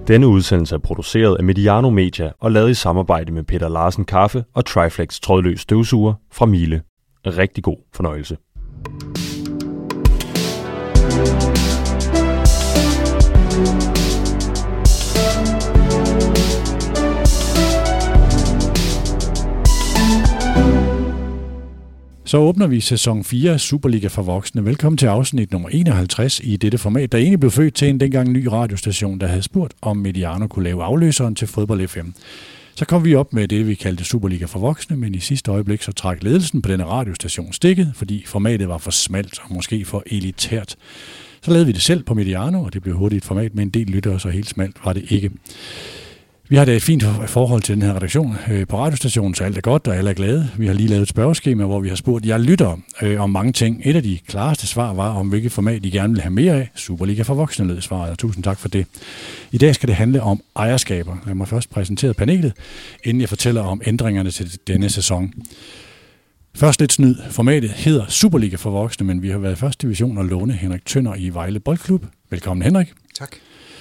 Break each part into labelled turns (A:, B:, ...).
A: Denne udsendelse er produceret af Mediano Media og lavet i samarbejde med Peter Larsen Kaffe og Triflex trådløs støvsuger fra Miele. Rigtig god fornøjelse.
B: Så åbner vi sæson 4 af Superliga for voksne. Velkommen til afsnit nummer 51 i dette format, der egentlig blev født til en dengang ny radiostation, der havde spurgt, om Mediano kunne lave afløseren til Fodbold FM. Så kom vi op med det, vi kaldte Superliga for voksne, men i sidste øjeblik så trak ledelsen på denne radiostation stikket, fordi formatet var for smalt og måske for elitært. Så lavede vi det selv på Mediano, og det blev hurtigt et format med en del lyttere, så helt smalt var det ikke. Vi har da et fint forhold til den her redaktion på radiostationen, så alt er godt, og alle er glade. Vi har lige lavet et spørgeskema, hvor vi har spurgt jer lyttere om mange ting. Et af de klareste svar var, om hvilket format I gerne vil have mere af. Superliga for voksne lød svaret, og tusind tak for det. I dag skal det handle om ejerskaber. Lad mig først præsentere panelet, inden jeg fortæller om ændringerne til denne sæson. Først lidt snyd. Formatet hedder Superliga for voksne, men vi har været i første division og låne Henrik Tønder i Vejle Boldklub. Velkommen, Henrik.
C: Tak.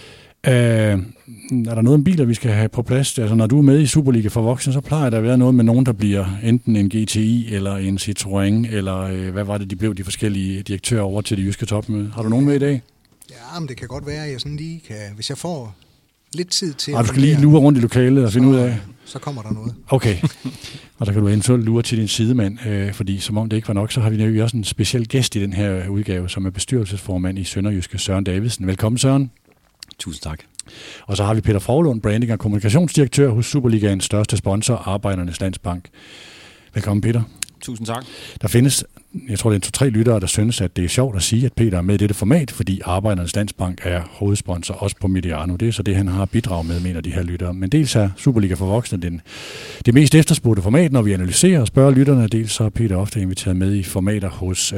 B: Er der noget om biler, vi skal have på plads? Altså, når du er med i Superliga for voksne, så plejer der at være noget med nogen, der bliver enten en GTI eller en Citroën, eller hvad var det, de blev, de forskellige direktører over til det jyske topmøde. Har du nogen med i dag?
C: Ja, men det kan godt være, at jeg sådan lige kan, hvis jeg får lidt tid til...
B: Du skal lige lure rundt i lokalet og finde ud af...
C: Så kommer der noget.
B: Okay, og der kan du eventuelt lure til din sidemand, fordi som om det ikke var nok, så har vi nemlig også en speciel gæst i den her udgave, som er bestyrelsesformand i Sønderjyske, Søren Davidsen. Velkommen, Søren.
D: Tusind tak.
B: Og så har vi Peter Forlund, branding- og kommunikationsdirektør hos Superligaens største sponsor, Arbejdernes Landsbank. Velkommen, Peter.
D: Tusind tak.
B: Der findes, jeg tror det er 2-3 lyttere, der synes, at det er sjovt at sige, at Peter er med i dette format, fordi Arbejdernes Landsbank er hovedsponsor også på Mediano. Det er så det, han har bidraget med, mener de her lyttere. Men dels er Superliga for voksne det mest efterspurgte format, når vi analyserer og spørger lytterne. Dels så er Peter ofte inviteret med i formater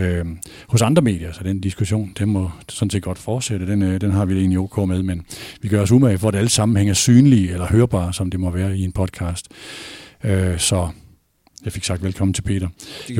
B: hos andre medier, så den diskussion, den må sådan set godt fortsætte. Den har vi egentlig OK med, men vi gør os umage for, at alle sammenhæng er synlige eller hørbare, som det må være i en podcast. Så... Jeg fik sagt velkommen til Peter.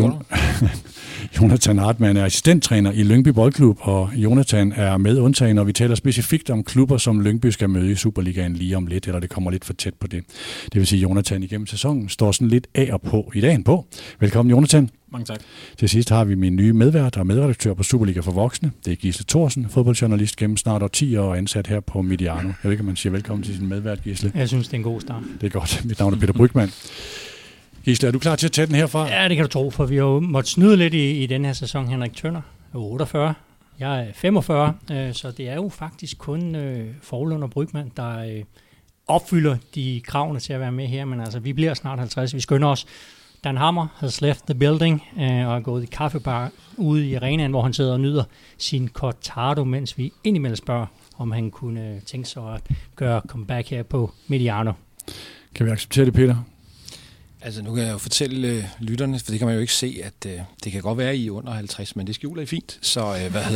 B: Jonathan Hartmann er assistenttræner i Lyngby Boldklub, og Jonathan er med undtagen, og vi taler specifikt om klubber, som Lyngby skal møde i Superligaen lige om lidt, eller det kommer lidt for tæt på det. Det vil sige, at Jonathan igennem sæsonen står sådan lidt af og på i dagen på. Velkommen, Jonathan.
D: Mange tak.
B: Til sidst har vi min nye medvært og medredaktør på Superliga for voksne. Det er Gisle Thorsen, fodboldjournalist gennem snart 10 år og ansat her på Mediano. Jeg ved ikke, om man siger velkommen til sin medvært, Gisle.
E: Jeg synes, det er en god start.
B: Det er godt. Mit navn er Peter Brygmann. Gisle, er du klar til at tage den herfra?
E: Ja, det kan du tro, for vi har jo måttet snyde lidt i den her sæson. Henrik Tønder er 48, jeg er 45, så det er jo faktisk kun Forlund og Brygmann, der opfylder de kravene til at være med her. Men altså, vi bliver snart 50. Vi skynder os. Dan Hammer has left the building og er gået i kaffebar ude i arenaen, hvor han sidder og nyder sin cortado, mens vi indimellem spørger, om han kunne tænke sig at gøre comeback her på Mediano.
B: Kan vi acceptere det, Peter?
D: Altså nu kan jeg jo fortælle lytterne, for det kan man jo ikke se, at det kan godt være, I er under 50, men det skjuler I fint. Så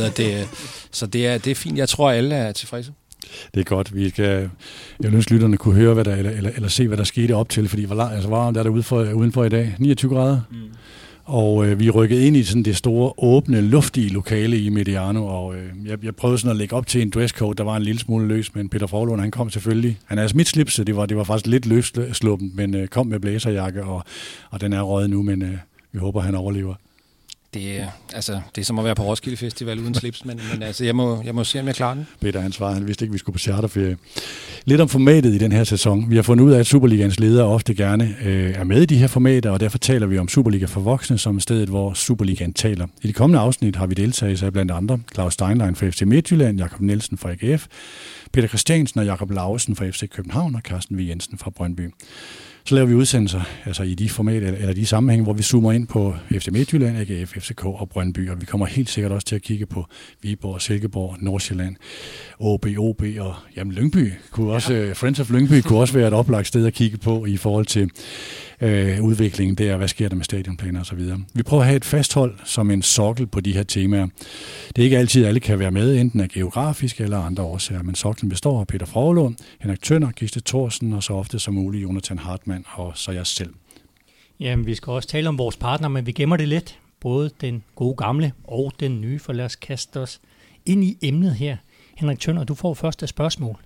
D: så det er fint. Jeg tror, alle er tilfredse.
B: Det er godt. Jeg vil ønske, lytterne kunne høre, hvad der, eller se, hvad der skete op til, fordi hvor varmt er der udenfor i dag? 29 grader. Mm. Og vi rykkede ind i sådan det store, åbne, luftige lokale i Mediano, og jeg prøvede sådan at lægge op til en dresscode, der var en lille smule løs, men Peter Forlund, han kom selvfølgelig. Han er smidt slipse, det var faktisk lidt løsslåbent, men kom med blæserjakke, og den er røget nu, men vi håber, han overlever.
D: Det er som at være på Roskilde Festival uden slips, men altså, jeg må se, om jeg klarer den.
B: Peter, han svarede, han vidste ikke, vi skulle på charterferie. Lidt om formatet i den her sæson. Vi har fundet ud af, at Superligaens ledere ofte gerne er med i de her formater, og derfor taler vi om Superliga for voksne som stedet, hvor Superligaen taler. I de kommende afsnit har vi deltagelse af blandt andre Claus Steinlein fra FC Midtjylland, Jakob Nielsen fra AGF, Peter Christiansen og Jakob Lausen fra FC København og Carsten V. Jensen fra Brøndby. Så laver vi udsendelser altså i de formater eller de sammenhænge, hvor vi zoomer ind på FC Midtjylland, AGF, FCK og Brøndby, og vi kommer helt sikkert også til at kigge på Viborg, Silkeborg, Nordsjælland, OB og Lyngby. Friends of Lyngby kunne også være et oplagt sted at kigge på i forhold til udviklingen der, hvad sker der med stadionplaner og så videre. Vi prøver at have et fasthold som en sokkel på de her temaer. Det er ikke altid, alle kan være med, enten af geografiske eller andre årsager, men soklen består af Peter Forlund, Henrik Tønder, Gisle Thorsen og så ofte som muligt Jonathan Hartmann og så jeg selv.
E: Jamen, vi skal også tale om vores partner, men vi gemmer det lidt. Både den gode gamle og den nye, for lad os kaste os ind i emnet her. Henrik Tønder, du får første spørgsmål.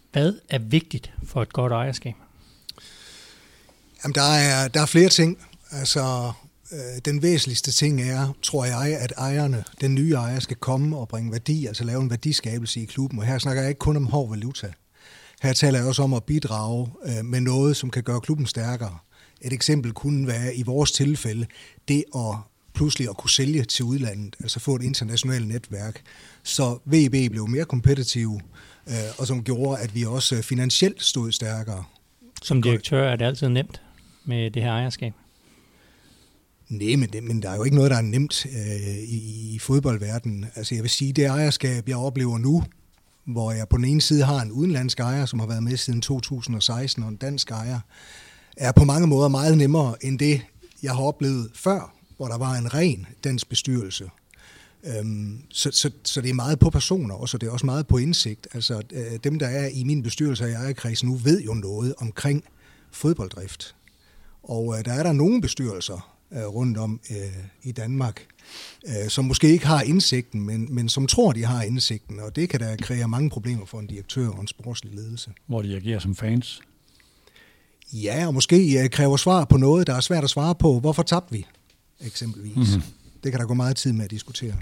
E: Hvad er vigtigt for et godt ejerskab?
C: Jamen, der er flere ting. Altså, den væsentligste ting er, tror jeg, at ejerne, den nye ejer, skal komme og bringe værdi, altså lave en værdiskabelse i klubben. Og her snakker jeg ikke kun om hård valuta. Her taler jeg også om at bidrage med noget, som kan gøre klubben stærkere. Et eksempel kunne være i vores tilfælde, det at pludselig at kunne sælge til udlandet, altså få et internationalt netværk. Så VB blev mere kompetitive, og som gjorde, at vi også finansielt stod stærkere.
E: Som direktør er det altid nemt med det her ejerskab?
C: Nej, men der er jo ikke noget, der er nemt i fodboldverdenen. Altså jeg vil sige, det ejerskab, jeg oplever nu, hvor jeg på den ene side har en udenlandsk ejer, som har været med siden 2016, og en dansk ejer, er på mange måder meget nemmere end det, jeg har oplevet før, hvor der var en ren dansk bestyrelse. Så det er meget på personer, og så det er også meget på indsigt. Altså dem, der er i min bestyrelse og i ejerkreds nu, ved jo noget omkring fodbolddrift. Og der er der nogle bestyrelser rundt om i Danmark, som måske ikke har indsigten, men som tror, de har indsigten, og det kan da kreere mange problemer for en direktør og en sportslig ledelse.
B: Hvor de agerer som fans?
C: Ja, og måske kræver svar på noget, der er svært at svare på. Hvorfor tabte vi, eksempelvis? Mm-hmm. Det kan der gå meget tid med at diskutere.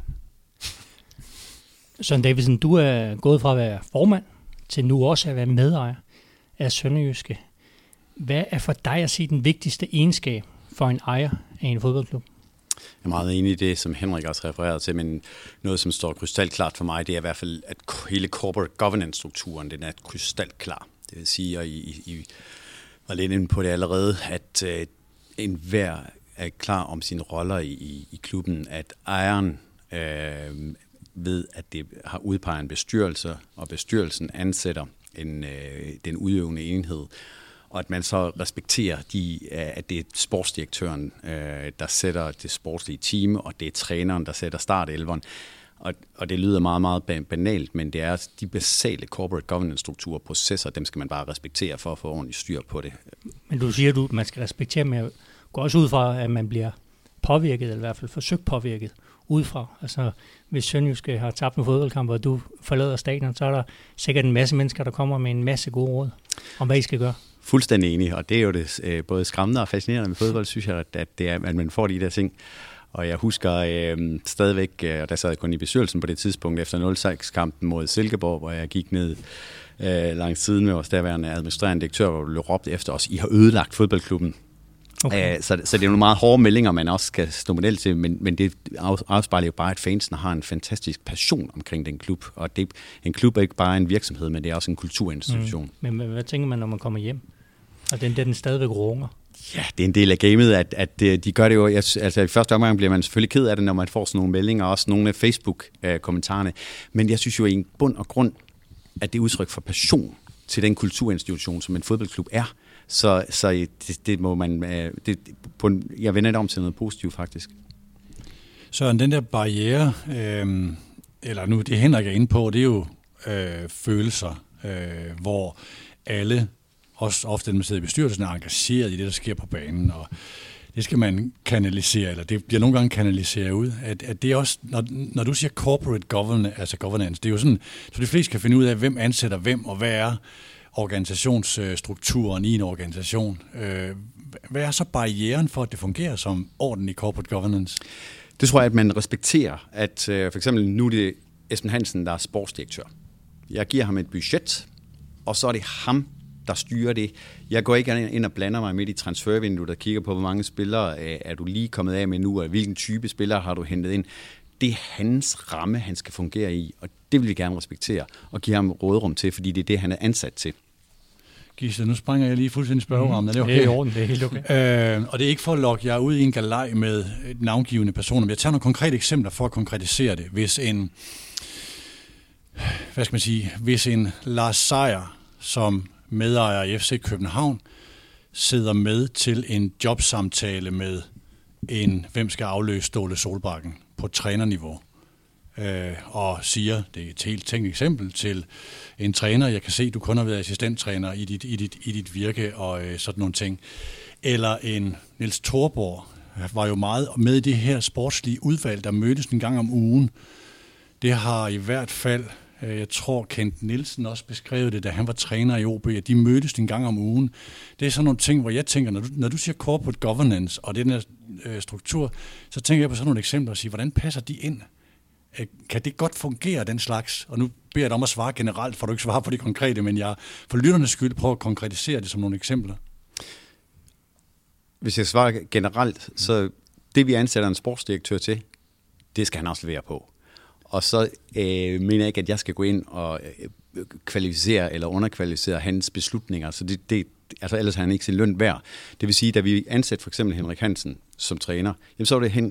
E: Søren Davidsen, du er gået fra at være formand til nu også at være medejer af Sønderjyske. Hvad er for dig at sige den vigtigste egenskab for en ejer af en fodboldklub?
F: Jeg er meget enig i det, som Henrik også refererede til, men noget, som står krystalklart for mig, det er i hvert fald, at hele corporate governance-strukturen, den er krystalklar. Det vil sige, og I var lidt inde på det allerede, at enhver er klar om sine roller i klubben, at ejeren ved, at det har udpeget en bestyrelse, og bestyrelsen ansætter den udøvende enhed, og at man så respekterer, at det er sportsdirektøren, der sætter det sportslige team, og det er træneren, der sætter startelveren. Og det lyder meget, meget banalt, men det er de basale corporate governance-strukturer og processer, dem skal man bare respektere for at få ordentligt styr på det.
E: Men du siger, at man skal respektere, men jeg går også ud fra, at man bliver påvirket, eller i hvert fald forsøgt påvirket udefra. Altså, hvis Sønderjyske har tabt en fodboldkamp, og du forlader stadion, så er der sikkert en masse mennesker, der kommer med en masse gode råd om, hvad I skal gøre.
F: Fuldstændig enig, og det er jo det både skræmmende og fascinerende med fodbold, synes jeg, at det er, at man får de der ting. Og jeg husker stadigvæk, og der sad jeg kun i bestyrelsen på det tidspunkt, efter 0-6-kampen mod Silkeborg, hvor jeg gik ned langs siden med vores derværende administrerende direktør, hvor blev råbt efter os, I har ødelagt fodboldklubben. Okay. Så det er nogle meget hårde meldinger, man også skal stå model til, men det afspejler jo bare, at fansene har en fantastisk passion omkring den klub. Og en klub er ikke bare en virksomhed, men det er også en kulturinstitution.
E: Men hvad tænker man, når man kommer hjem? Og den stadigvæk runger?
F: Ja, det er en del af gamet, at de gør det jo. Altså i første omgang bliver man selvfølgelig ked af det, når man får sådan nogle meldinger, og også nogle af Facebook-kommentarerne. Men jeg synes jo i bund og grund, at det er udtryk for passion til den kulturinstitution, som en fodboldklub er. Så det må man... jeg vender det om til noget positivt, faktisk.
B: Så den der barriere, eller nu det Henrik er inde på, det er jo følelser, hvor alle, også ofte dem, der sidder i bestyrelsen, er engageret i det, der sker på banen, og det skal man kanalisere, eller det bliver nogle gange kanaliseret ud. At det er også, når du siger corporate governance, det er jo sådan, så de fleste kan finde ud af, hvem ansætter hvem, og hvad er organisationsstrukturen i en organisation. Hvad er så barrieren for, at det fungerer som ordentlig corporate governance?
F: Det tror jeg, at man respekterer, at for eksempel nu er det Esben Hansen, der er sportsdirektør. Jeg giver ham et budget, og så er det ham, der styrer det. Jeg går ikke ind og blander mig midt i transfervinduet, der kigger på, hvor mange spillere er du lige kommet af med nu, og hvilken type spillere har du hentet ind. Det er hans ramme, han skal fungere i, og det vil vi gerne respektere, og give ham rådrum til, fordi det er det, han er ansat til.
B: Gisle, nu springer jeg lige fuldstændig spørgerammen.
E: Det er i orden, det er helt okay.
B: Og det er ikke for at lokke jer ud i en galej med navngivende personer, men jeg tager nogle konkrete eksempler for at konkretisere det. Hvis en Lars Seier, som medejer i FC København, sidder med til en jobsamtale med hvem skal afløse Ståle Solbakken på trænerniveau, og siger, det er et helt tænkt eksempel, til en træner, jeg kan se, du kun har været assistenttræner i dit virke og sådan nogle ting. Eller en Niels Thorborg var jo meget med i det her sportslige udvalg, der mødtes en gang om ugen. Det har i hvert fald Jeg tror, Kent Nielsen også beskrev det, da han var træner i OB, at de mødtes en gang om ugen. Det er sådan nogle ting, hvor jeg tænker, når du siger corporate governance og den her struktur, så tænker jeg på sådan nogle eksempler og siger, hvordan passer de ind? Kan det godt fungere, den slags? Og nu beder jeg dig om at svare generelt, for du ikke svarer på det konkrete, men jeg for lytternes skyld prøver at konkretisere det som nogle eksempler.
F: Hvis jeg svarer generelt, så det vi ansætter en sportsdirektør til, det skal han også levere på. Og så mener jeg ikke, at jeg skal gå ind og kvalificere eller underkvalificere hans beslutninger. Så altså ellers har han ikke sin løn værd. Det vil sige, da vi ansatte for eksempel Henrik Hansen som træner, jamen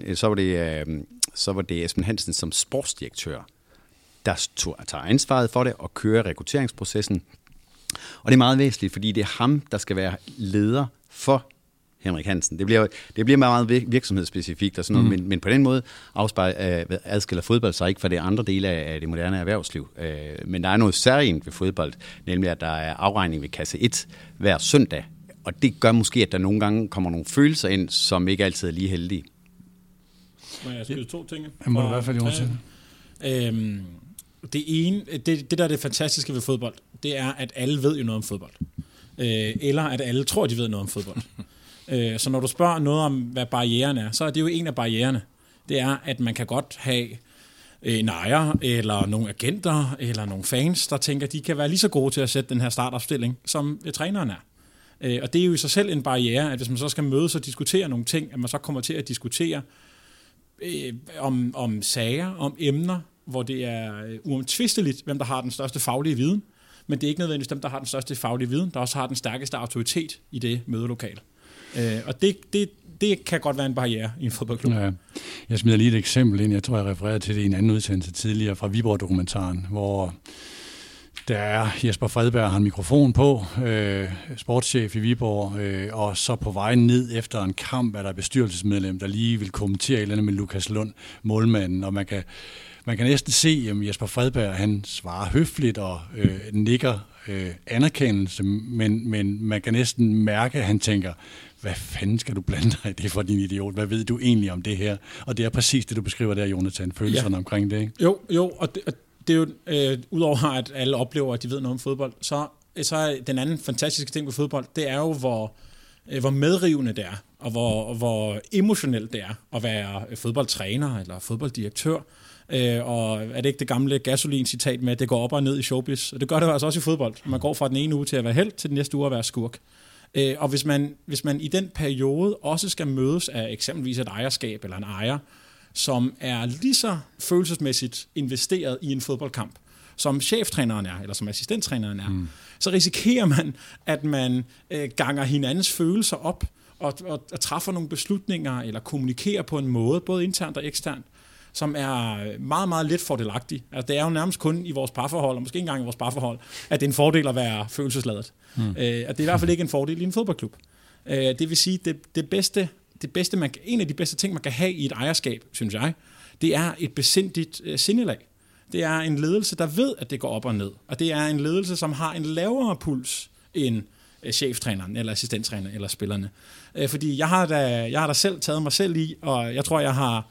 F: så var det Esben Hansen som sportsdirektør, der tager ansvaret for det og kører rekrutteringsprocessen. Og det er meget væsentligt, fordi det er ham, der skal være leder for Henrik Hansen. Det bliver meget virksomhedsspecifikt og sådan noget, men på den måde adskiller fodbold sig ikke fra de andre dele af det moderne erhvervsliv. Men der er noget særligt ved fodbold, nemlig at der er afregning ved kasse 1 hver søndag, og det gør måske, at der nogle gange kommer nogle følelser ind, som ikke altid er lige heldige.
G: Må jeg skyde 2 ting?
B: Det må du i hvert fald
G: det ene, det der er det fantastiske ved fodbold, det er, at alle ved jo noget om fodbold. Eller at alle tror, de ved noget om fodbold. Så når du spørger noget om, hvad barrieren er, så er det jo en af barriererne. Det er, at man kan godt have en ejer, eller nogle agenter, eller nogle fans, der tænker, at de kan være lige så gode til at sætte den her startopstilling, som træneren er. Og det er jo i sig selv en barriere, at hvis man så skal mødes og diskutere nogle ting, at man så kommer til at diskutere om sager, om emner, hvor det er uomtvisteligt, hvem der har den største faglige viden, men det er ikke nødvendigvis dem, der har den største faglige viden, der også har den stærkeste autoritet i det mødelokale. Og det kan godt være en barriere i en fodboldklub. Ja.
B: Jeg smider lige et eksempel ind. Jeg tror, jeg refererede til det i en anden udsendelse tidligere fra Viborg-dokumentaren, hvor der er Jesper Fredberg, har en mikrofon på, sportschef i Viborg, og så på vej ned efter en kamp er der bestyrelsesmedlem, der lige vil kommentere et eller andet med Lukas Lund, målmanden, og man kan næsten se, at Jesper Fredberg, han svarer høfligt og nikker anerkendelse, men man kan næsten mærke, at han tænker, hvad fanden skal du blande dig i det for din idiot? Hvad ved du egentlig om det her? Og det er præcis det, du beskriver der, Jonathan, følelserne omkring det, ikke?
G: Jo, og det er jo, udover at alle oplever, at de ved noget om fodbold, så er den anden fantastiske ting ved fodbold, det er jo, hvor medrivende det er, og hvor emotionelt det er at være fodboldtræner eller fodbolddirektør. Og er det ikke det gamle Gasolin-citat med, at det går op og ned i showbiz? Og det gør det altså også i fodbold. Man går fra den ene uge til at være helt, til den næste uge at være skurk. Og hvis man i den periode også skal mødes af eksempelvis et ejerskab eller en ejer, som er lige så følelsesmæssigt investeret i en fodboldkamp, som cheftræneren er, eller som assistenttræneren er, så risikerer man, at man ganger hinandens følelser op, og træffer nogle beslutninger, eller kommunikerer på en måde, både internt og eksternt, som er meget, meget lidt fordelagtig. Altså, det er jo nærmest kun i vores parforhold, og måske ikke engang i vores parforhold, at det er en fordel at være følelsesladet. Og det er i hvert fald ikke en fordel i en fodboldklub. Det vil sige, en af de bedste ting, man kan have i et ejerskab, synes jeg, det er et besindigt sindelag. Det er en ledelse, der ved, at det går op og ned. Og det er en ledelse, som har en lavere puls end cheftræneren, eller assistenttræneren, eller spillerne. Fordi jeg har da selv taget mig selv i, og jeg tror, jeg har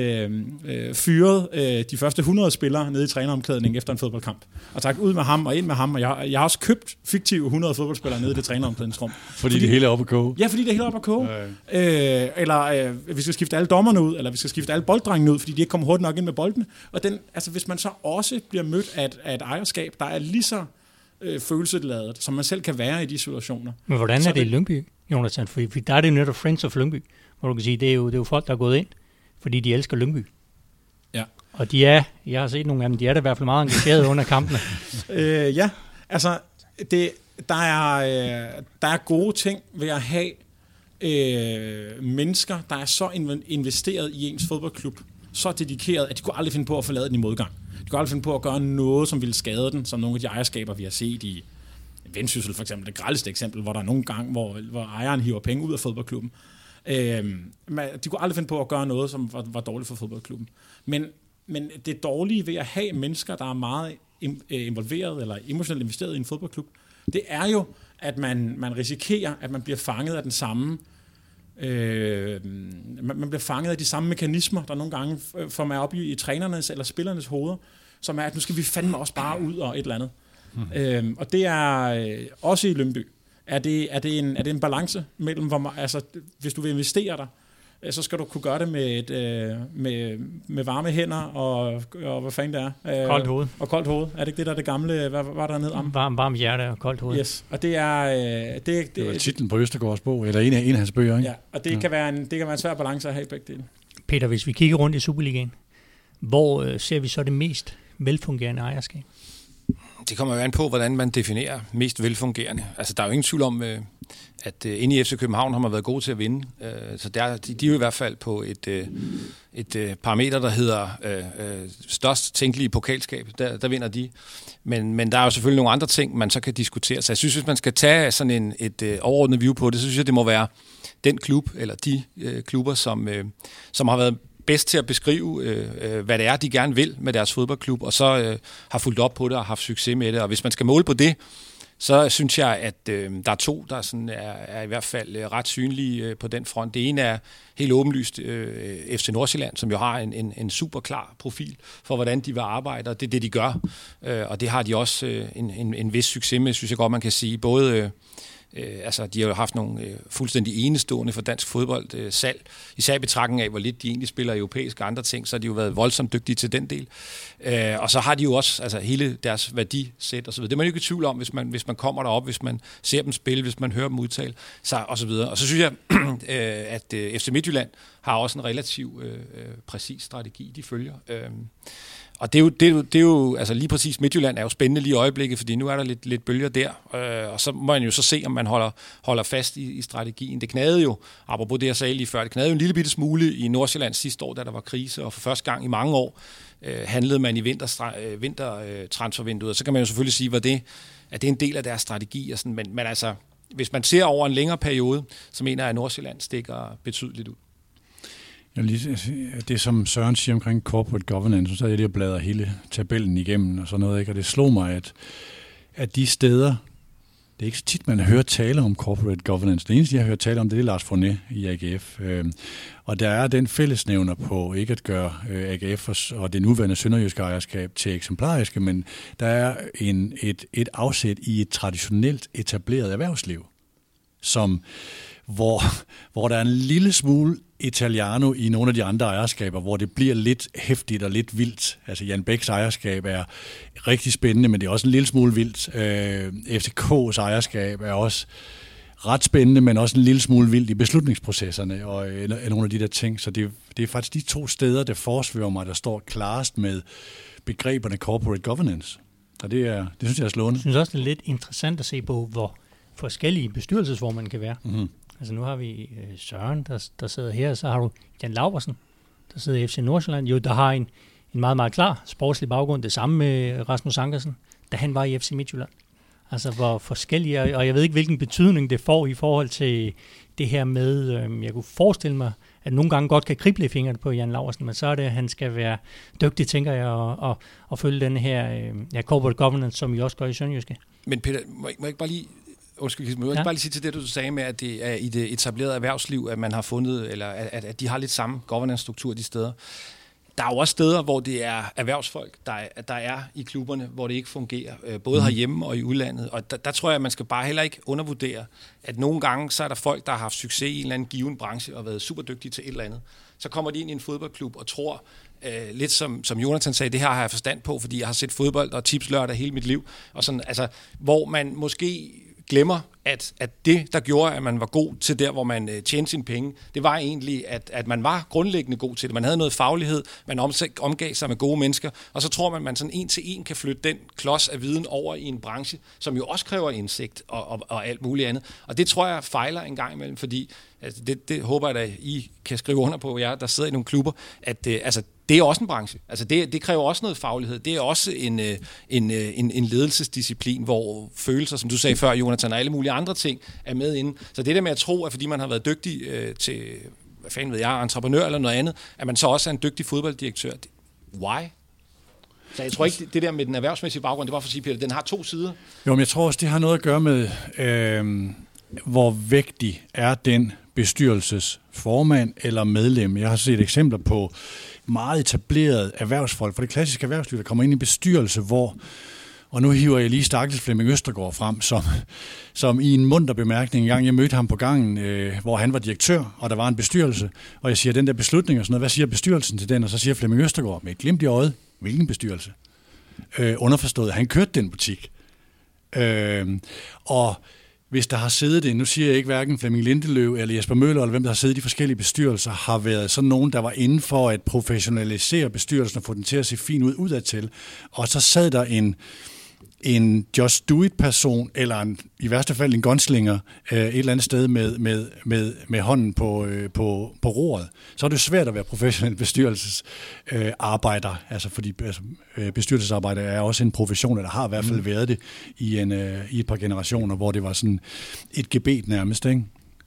G: fyret de første 100 spillere nede i træneromklædningen efter en fodboldkamp. Og sagt ud med ham og ind med ham, og jeg har også købt fiktive 100 fodboldspillere nede i det træneromklædningsrum.
B: Fordi det hele er oppe at koge?
G: Ja, fordi det hele er oppe at koge. Eller vi skal skifte alle dommerne ud, eller vi skal skifte alle bolddrengene ud, fordi de ikke kommer hurtigt nok ind med boldene. Og hvis man så også bliver mødt af et ejerskab, der er lige så følelseladet, som man selv kan være i de situationer.
E: Men hvordan er det i Lyngby, Jonathan? For der er det jo netop Friends of Lyngby, hvor du kan sige, det er jo folk, der er gået ind, fordi de elsker Lyngby.
G: Ja.
E: Og jeg har set nogle af dem, de er da i hvert fald meget engagerede under kampene.
G: Ja, altså, der er gode ting ved at have mennesker, der er så investeret i ens fodboldklub, så dedikeret, at de kunne aldrig finde på at forlade den i modgang. De kunne aldrig finde på at gøre noget, som ville skade den, som nogle af de ejerskaber, vi har set i Vendsyssel for eksempel, det græleste eksempel, hvor der er nogle gange, hvor ejeren hiver penge ud af fodboldklubben. De kunne aldrig finde på at gøre noget, som var dårligt for fodboldklubben. Men det dårlige ved at have mennesker, der er meget involveret eller emotionelt investeret i en fodboldklub, det er jo, at man risikerer, at man bliver fanget af den samme Man bliver fanget af de samme mekanismer, der nogle gange får mig op i trænernes eller spillernes hoveder, som er, at nu skal vi fandme også bare ud og et eller andet. Og det er også i Lyngby. Er det en balance mellem, hvis du vil investere dig, så skal du kunne gøre det med varme hænder og hvad fanden det er.
E: Koldt hoved.
G: Og koldt hoved. Er det ikke det, der er det gamle, hvad var der ned om?
E: Varm hjerte og koldt hoved.
G: Yes, og det er...
B: det var titlen på Østergaards bog, eller en af hans bøger, ikke?
G: Ja, og det kan være en svær balance at have i begge dele.
E: Peter, hvis vi kigger rundt i Superligaen, hvor ser vi så det mest velfungerende ejerskab?
D: Det kommer jo an på, hvordan man definerer mest velfungerende. Altså, der er jo ingen tvivl om, at inde i FC København har man været gode til at vinde. Så de er jo i hvert fald på et parameter, der hedder størst tænkelige pokalskab. Der vinder de. Men der er jo selvfølgelig nogle andre ting, man så kan diskutere. Så jeg synes, hvis man skal tage sådan et overordnet view på det, så synes jeg, det må være den klub, eller de klubber, som har været bedst til at beskrive, hvad det er, de gerne vil med deres fodboldklub, og så har fulgt op på det og haft succes med det. Og hvis man skal måle på det, så synes jeg, at der er to, der sådan er i hvert fald ret synlige på den front. Det ene er helt åbenlyst FC Nordsjælland, som jo har en super klar profil for, hvordan de vil arbejde, og det er det, de gør. Og det har de også en vis succes med, synes jeg godt, man kan sige. Både... de har jo haft nogle fuldstændig enestående for dansk fodbold salg. Især i betragtning af, hvor lidt de egentlig spiller europæisk og andre ting, så har de jo været voldsomt dygtige til den del. Og så har de jo også hele deres værdisæt og så videre. Det er man jo ikke i tvivl om, hvis man kommer derop, hvis man ser dem spille, hvis man hører dem udtale, og så videre. Og så synes jeg, at FC Midtjylland har også en relativt præcis strategi, de følger. Og det er jo altså lige præcis Midtjylland er jo spændende lige i øjeblikket, fordi nu er der lidt bølger der, og så må man jo så se, om man holder fast i strategien. Det knagede jo, apropos det jeg sagde lige før, det knagede jo en lille bitte smule i Nordsjælland sidste år, da der var krise, og for første gang i mange år handlede man i vintertransfervinduet, og så kan man jo selvfølgelig sige, at det er en del af deres strategi, og sådan, men altså, hvis man ser over en længere periode, så mener jeg, at Nordsjælland stikker betydeligt ud.
B: Det som Søren siger omkring corporate governance, så er jeg lige at bladre hele tabellen igennem og sådan noget, ikke? Og det slog mig, at de steder, det er ikke så tit, man hører tale om corporate governance. Det eneste, jeg har hørt tale om, det er Lars Fournet i AGF. Og der er den fællesnævner på ikke at gøre AGF og det nuværende sønderjyske ejerskab til eksemplariske, men der er et afsæt i et traditionelt etableret erhvervsliv, hvor der er en lille smule Italiano i nogle af de andre ejerskaber, hvor det bliver lidt heftigt og lidt vildt. Altså Jan Bæks ejerskab er rigtig spændende, men det er også en lille smule vildt. FCK's ejerskab er også ret spændende, men også en lille smule vildt i beslutningsprocesserne og nogle af de der ting. Så det er faktisk de to steder, der forsvæver mig, der står klarest med begreberne corporate governance. Og det synes jeg er slående. Jeg
E: synes også, det er lidt interessant at se på, hvor forskellige bestyrelsesformænd kan være. Mm-hmm. Altså nu har vi Søren, der sidder her, og så har du Jan Laubersen, der sidder i FC Nordsjælland, jo, der har en meget, meget klar sportslig baggrund. Det samme med Rasmus Ankersen, da han var i FC Midtjylland. Altså hvor forskellige, og jeg ved ikke, hvilken betydning det får i forhold til det her med, jeg kunne forestille mig, at nogle gange godt kan krible i fingrene på Jan Laubersen, men så er det, at han skal være dygtig, tænker jeg, og følge den her corporate governance, som I også gør i Sønderjyske.
D: Men Peter, må jeg ikke bare lige... Undskyld, må jeg ikke bare lige sige til det, du sagde med, at det er i det etablerede erhvervsliv, at man har fundet, eller at de har lidt samme governance-struktur de steder. Der er jo også steder, hvor det er erhvervsfolk, der er i klubberne, hvor det ikke fungerer, både herhjemme og i udlandet. Og der tror jeg, at man skal bare heller ikke undervurdere, at nogle gange, så er der folk, der har haft succes i en eller anden given branche og været super dygtige til et eller andet. Så kommer de ind i en fodboldklub og tror, lidt som Jonathan sagde, det her har jeg forstand på, fordi jeg har set fodbold og tipslørdag hele mit liv. Og sådan, altså, hvor man måske glemmer, at det, der gjorde, at man var god til der, hvor man tjente sine penge, det var egentlig, at man var grundlæggende god til det. Man havde noget faglighed, man omgav sig med gode mennesker, og så tror man, at man sådan en til en kan flytte den klods af viden over i en branche, som jo også kræver indsigt og alt muligt andet. Og det tror jeg fejler en gang imellem, fordi altså det håber jeg, at I kan skrive under på, jer, der sidder i nogle klubber, at det er også en branche. Altså det kræver også noget faglighed. Det er også en ledelsesdisciplin, hvor følelser, som du sagde før, Jonathan, og alle mulige andre ting er med inde. Så det der med at tro, at fordi man har været dygtig til, hvad fanden ved jeg, entreprenør eller noget andet, at man så også er en dygtig fodbolddirektør. Why? Så jeg tror ikke, det der med den erhvervsmæssige baggrund, det var for at sige, Peter, den har to sider.
B: Jo, men jeg tror også, det har noget at gøre med hvor vigtig er den bestyrelsesformand eller medlem? Jeg har set eksempler på meget etablerede erhvervsfolk fra det klassiske erhvervsliv, der kommer ind i bestyrelse, og nu hiver jeg lige stakkels Flemming Østergaard frem, som i en munter bemærkning engang, jeg mødte ham på gangen, hvor han var direktør, og der var en bestyrelse, og jeg siger, den der beslutning og sådan noget, hvad siger bestyrelsen til den? Og så siger Flemming Østergaard med et glimt i øjet, hvilken bestyrelse? Underforstået, han kørte den butik. Og hvis der har siddet det, nu siger jeg ikke hverken Flemming Lindeløv eller Jesper Møller, eller hvem der har siddet i de forskellige bestyrelser, har været sådan nogen, der var inden for at professionalisere bestyrelsen og få den til at se fin ud udadtil. Og så sad der en Just Do It-person, eller i værste fald en gunslinger et eller andet sted med hånden på roret. Så er det svært at være professionel bestyrelsesarbejder, fordi bestyrelsesarbejder er også en profession, eller har i hvert fald været det i et par generationer, hvor det var sådan et gebet nærmest, ikke?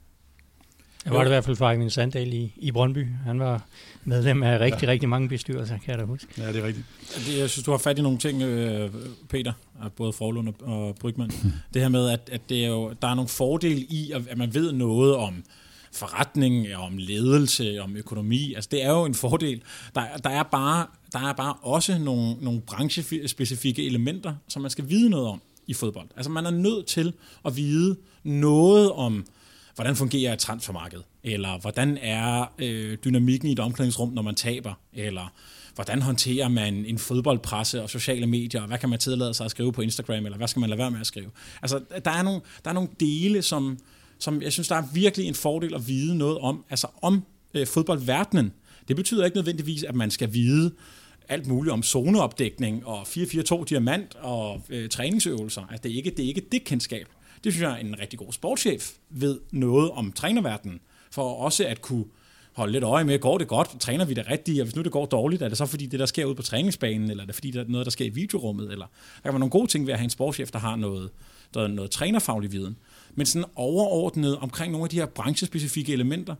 E: Det var det i hvert fald for Eivind Sandahl i Brøndby. Han var medlem af rigtig mange bestyrelser, kan jeg da huske.
B: Ja, det er rigtigt.
G: Jeg synes, du har fat i nogle ting, Peter, både Forlund og Brygmann. Det her med, at det er jo, der er nogle fordele i, at man ved noget om forretning, om ledelse, om økonomi. Altså, det er jo en fordel. Der er bare også nogle branchespecifikke elementer, som man skal vide noget om i fodbold. Altså, man er nødt til at vide noget om, hvordan fungerer et transfermarked, eller hvordan er dynamikken i et omklædningsrum, når man taber, eller hvordan håndterer man en fodboldpresse og sociale medier, og hvad kan man tillade sig at skrive på Instagram, eller hvad skal man lade være med at skrive. Altså, der er nogle dele, som jeg synes, der er virkelig en fordel at vide noget om, altså om fodboldverdenen. Det betyder ikke nødvendigvis, at man skal vide alt muligt om zoneopdækning og 4-4-2 diamant og træningsøvelser. Altså, det er ikke det kendskab. Det synes jeg, en rigtig god sportschef ved noget om trænerverdenen, for også at kunne holde lidt øje med, går det godt, træner vi det rigtigt, og hvis nu det går dårligt, er det så fordi det, der sker ude på træningsbanen, eller er det fordi der er noget, der sker i videorummet, eller der kan være nogle gode ting ved at have en sportschef, der har noget trænerfaglig viden. Men sådan overordnet omkring nogle af de her branchespecifikke elementer,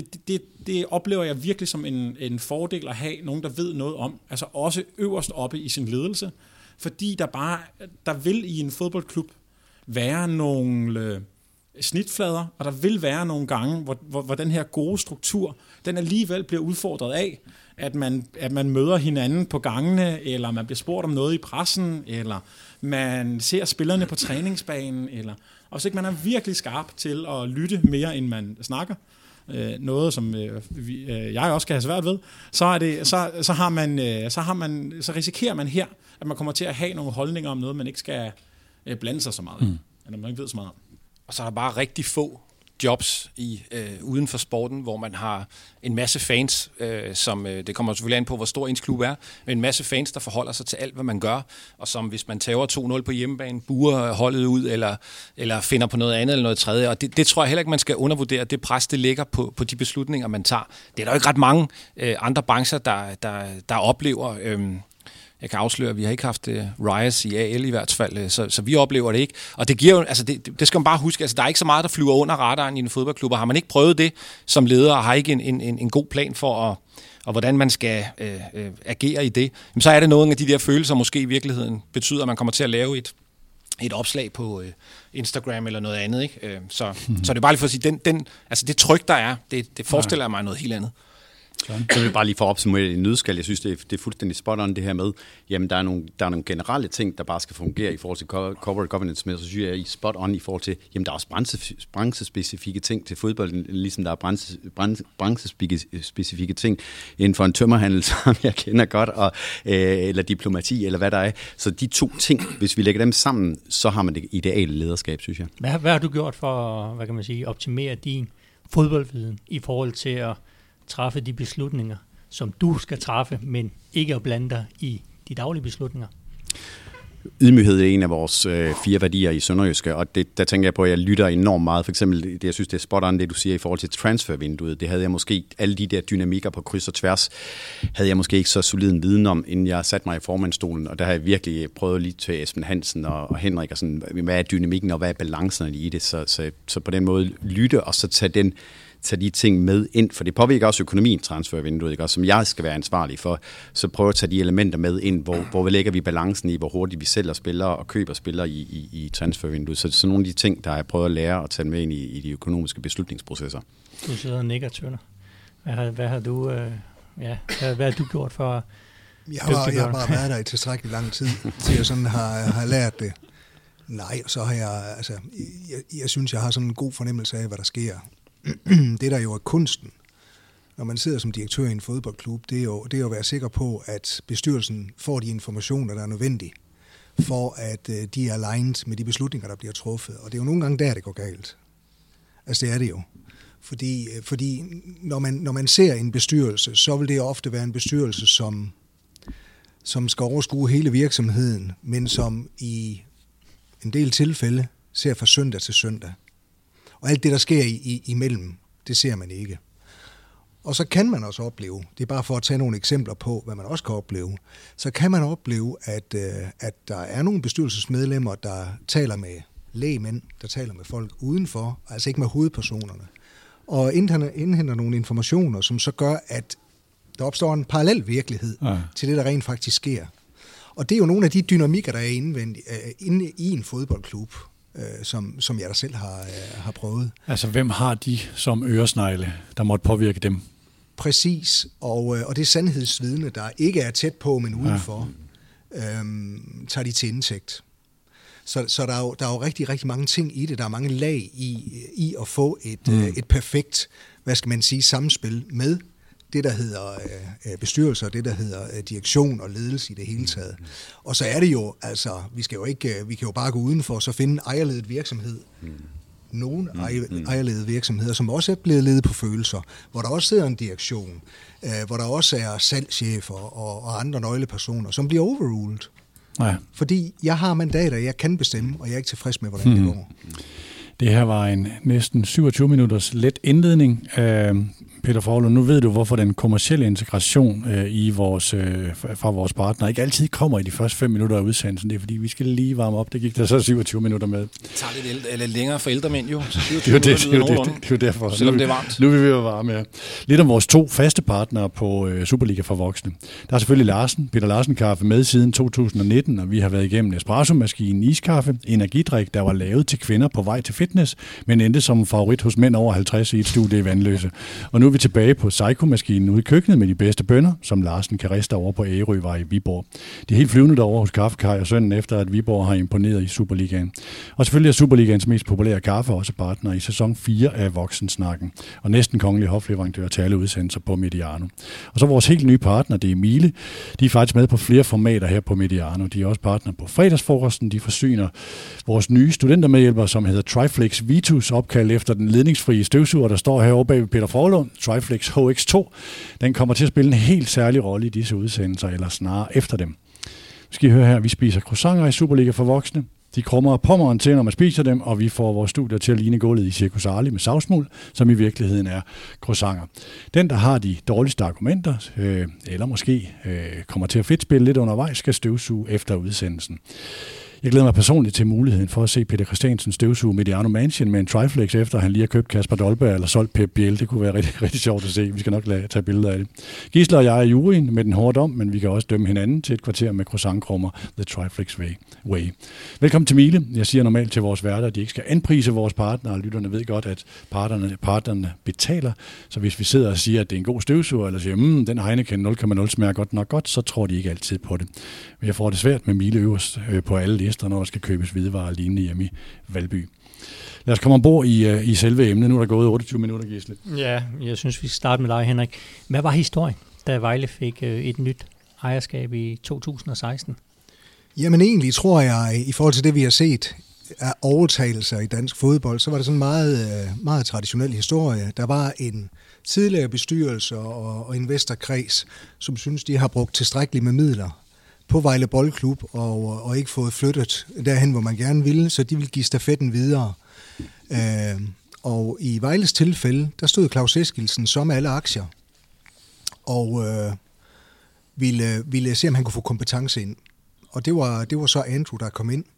G: det oplever jeg virkelig som en fordel at have nogen, der ved noget om, altså også øverst oppe i sin ledelse, fordi der vil i en fodboldklub være nogle snitflader, og der vil være nogle gange, hvor den her gode struktur, den alligevel bliver udfordret af, at man møder hinanden på gangene, eller man bliver spurgt om noget i pressen, eller man ser spillerne på træningsbanen, og hvis ikke man er virkelig skarp til at lytte mere, end man snakker, noget som jeg også kan have svært ved, så risikerer man her, at man kommer til at have nogle holdninger om noget, man ikke skal blande sig så meget i, eller man ikke ved så meget om.
D: Og så er der bare rigtig få jobs uden for sporten, hvor man har en masse fans, som det kommer selvfølgelig an på, hvor stor ens klub er, men en masse fans, der forholder sig til alt, hvad man gør, og som hvis man tager 2-0 på hjemmebane, buer holdet ud, eller finder på noget andet eller noget tredje, og det tror jeg heller ikke, man skal undervurdere, det pres, det ligger på de beslutninger, man tager. Det er der jo ikke ret mange andre brancher, der oplever. Jeg kan afsløre, at vi har ikke haft riots i AL i hvert fald, så vi oplever det ikke. Og det giver jo, altså det skal man bare huske, altså der er ikke så meget, der flyver under radaren i en fodboldklub, og har man ikke prøvet det som leder, og har ikke en god plan for og hvordan man skal agere i det, så er det nogle af de der følelser, måske i virkeligheden betyder, at man kommer til at lave et opslag på Instagram eller noget andet, ikke? Så det er bare lige for at sige, altså det tryk, der er, det forestiller jeg mig noget helt andet.
F: Så vil jeg bare lige få opsummeret i en nødskal. Jeg synes, det er fuldstændig spot on det her med, jamen der er nogle generelle ting, der bare skal fungere i forhold til corporate governance, men så synes jeg, I spot on i forhold til, jamen der er også branchespecifikke ting til fodbold, ligesom der er branchespecifikke ting inden for en tømmerhandel, som jeg kender godt, eller diplomati, eller hvad der er. Så de to ting, hvis vi lægger dem sammen, så har man det ideale lederskab, synes jeg.
E: Hvad har du gjort for, hvad kan man sige, optimere din fodboldviden i forhold til at træffe de beslutninger, som du skal træffe, men ikke at blande dig i de daglige beslutninger?
F: Ydmyghed er en af vores 4 værdier i Sønderjyske, og der tænker jeg på, at jeg lytter enormt meget. For eksempel, jeg synes, det er spot on, det du siger i forhold til transfervinduet. Det havde jeg måske, alle de der dynamikker på kryds og tværs, havde jeg måske ikke så solid en viden om, inden jeg satte mig i formandstolen. Og der har jeg virkelig prøvet lige til Esben Hansen og Henrik, og sådan, hvad er dynamikken, og hvad er balancerne i det? Så på den måde lytte, og så tage tage de ting med ind, for det påvirker også økonomien, transfervinduet, ikke? Og som jeg skal være ansvarlig for, så prøve at tage de elementer med ind, hvor vi lægger vi balancen i, hvor hurtigt vi sælger spillere og køber spillere i transfervinduet. Så nogle af de ting, der er prøvet at lære og tage med ind i de økonomiske beslutningsprocesser.
E: Du sidder og nikker, Tønder. Hvad har du gjort for...
C: Jeg har bare været der i tilstrækkelig lang tid, til jeg sådan har lært det. Nej, så har jeg, altså, jeg synes, jeg har sådan en god fornemmelse af, hvad der sker. Det der jo er kunsten, når man sidder som direktør i en fodboldklub, det er jo at være sikker på, at bestyrelsen får de informationer, der er nødvendige, for at de er aligned med de beslutninger, der bliver truffet. Og det er jo nogle gange der, det går galt. Altså det er det jo. Fordi når man ser en bestyrelse, så vil det ofte være en bestyrelse, som skal overskue hele virksomheden, men som i en del tilfælde ser fra søndag til søndag. Og alt det, der sker imellem, det ser man ikke. Og så kan man også opleve, det er bare for at tage nogle eksempler på, hvad man også kan opleve, så kan man opleve, at der er nogle bestyrelsesmedlemmer, der taler med lægmænd, der taler med folk udenfor, altså ikke med hovedpersonerne, og indhenter nogle informationer, som så gør, at der opstår en parallel virkelighed til det, der rent faktisk sker. Og det er jo nogle af de dynamikker, der er inde i en fodboldklub, som jeg da selv har prøvet.
B: Altså, hvem har de som øresnegle, der måtte påvirke dem?
C: Præcis, og det er sandhedsvidne, der ikke er tæt på, men udenfor, tager de til indtægt. Så der er jo rigtig, rigtig mange ting i det. Der er mange lag i at få et perfekt, hvad skal man sige, samspil med det, der hedder bestyrelse, og det, der hedder direktion og ledelse i det hele taget. Og så er det jo, altså, vi kan jo bare gå udenfor, så finde en ejerledet virksomhed. Nogle ejerledede virksomheder, som også er blevet ledet på følelser, hvor der også sidder en direktion, hvor der også er salgschefer og andre nøglepersoner, som bliver overruled. Ja. Fordi jeg har mandater, jeg kan bestemme, og jeg er ikke tilfreds med, hvordan det går.
B: Det her var en næsten 27 minutters let indledning. Peter Forlund, nu ved du, hvorfor den kommercielle integration fra vores partner ikke altid kommer i de første 5 minutter af udsendelsen. Det er, fordi vi skal lige varme op. Det gik der så 27 minutter med.
D: Det tager lidt længere for ældre mænd jo.
B: Det er jo derfor.
D: Selvom det er varmt.
B: Nu vil vi være varme, ja. Lidt om vores 2 faste partnere på Superliga for voksne. Der er selvfølgelig Peter Larsen Kaffe med siden 2019, og vi har været igennem Espresso-maskinen, iskaffe, energidrik, der var lavet til kvinder på vej til fitness, men endte som favorit hos mænd over 50 i et studie i Vandløse. Og nu er vi tilbage på Psycho-maskinen ude i køkkenet med de bedste bønner, som Larsen kan riste over på Ærøvej i Viborg. De er helt flyvende derovre hos Kaffekaj og sønnen, efter at Viborg har imponeret i Superligaen. Og selvfølgelig er Superligaens mest populære kaffe også partner i sæson 4 af Voksensnakken, og næsten kongelig hofleverandør til alle udsendelser på Mediano. Og så vores helt nye partner, det er Miele. De er faktisk med på flere formater her på Mediano. De er også partner på fredagsfrokosten. De forsyner vores nye studentermedhjælper, som hedder Triflex Vitus, opkaldt efter den ledningsfrie støvsuger, der står herovre bag ved Peter Forlund. Triflex HX2. Den kommer til at spille en helt særlig rolle i disse udsendelser, eller snarere efter dem. Nu skal I høre her, vi spiser croissanter i Superliga for voksne. De krummer pommeren til, når man spiser dem, og vi får vores studier til at ligne gulvet i Circus Arli med savsmuld, som i virkeligheden er croissanter. Den, der har de dårligste argumenter, eller måske kommer til at fedtspille lidt undervejs, skal støvsuge efter udsendelsen. Jeg glæder mig personligt til muligheden for at se Peter Christiansen støvsuge Mediano Mansion med en Triflex, efter han lige har købt Kasper Dolberg eller solgt Pep Biel. Det kunne være rigtig, rigtig sjovt at se. Vi skal nok tage billeder af det. Gisler og jeg er juryen med den hårde dom, men vi kan også dømme hinanden til et kvarter med croissantkrummer, The Triflex Way. Velkommen til Miele. Jeg siger normalt til vores værter, at de ikke skal anprise vores partnere, og lytterne ved godt, at partnerne betaler. Så hvis vi sidder og siger, at det er en god støvsuger, eller siger, den Heineken 0,0 smager godt nok godt, så tror de ikke altid på det. Men jeg får det svært med Miele øverst på alle lister, når der skal købes hvidevarer lignende hjemme i Valby. Lad os komme ombord i selve emnet. Nu er der gået 28 minutter, Gisle.
E: Ja, jeg synes, vi skal starte med dig, Henrik. Hvad var historien, da Vejle fik et nyt ejerskab i 2016?
C: Jamen egentlig tror jeg, i forhold til det, vi har set af overtagelser i dansk fodbold, så var det sådan en meget, meget traditionel historie. Der var en tidligere bestyrelse og investorkreds, som synes, de har brugt tilstrækkeligt med midler på Vejle Boldklub og ikke fået flyttet derhen, hvor man gerne ville, så de vil give stafetten videre. Og i Vejles tilfælde, der stod Claus Eskildsen som alle aktier, og ville se, om han kunne få kompetence ind. Og det var så Andrew, der kom ind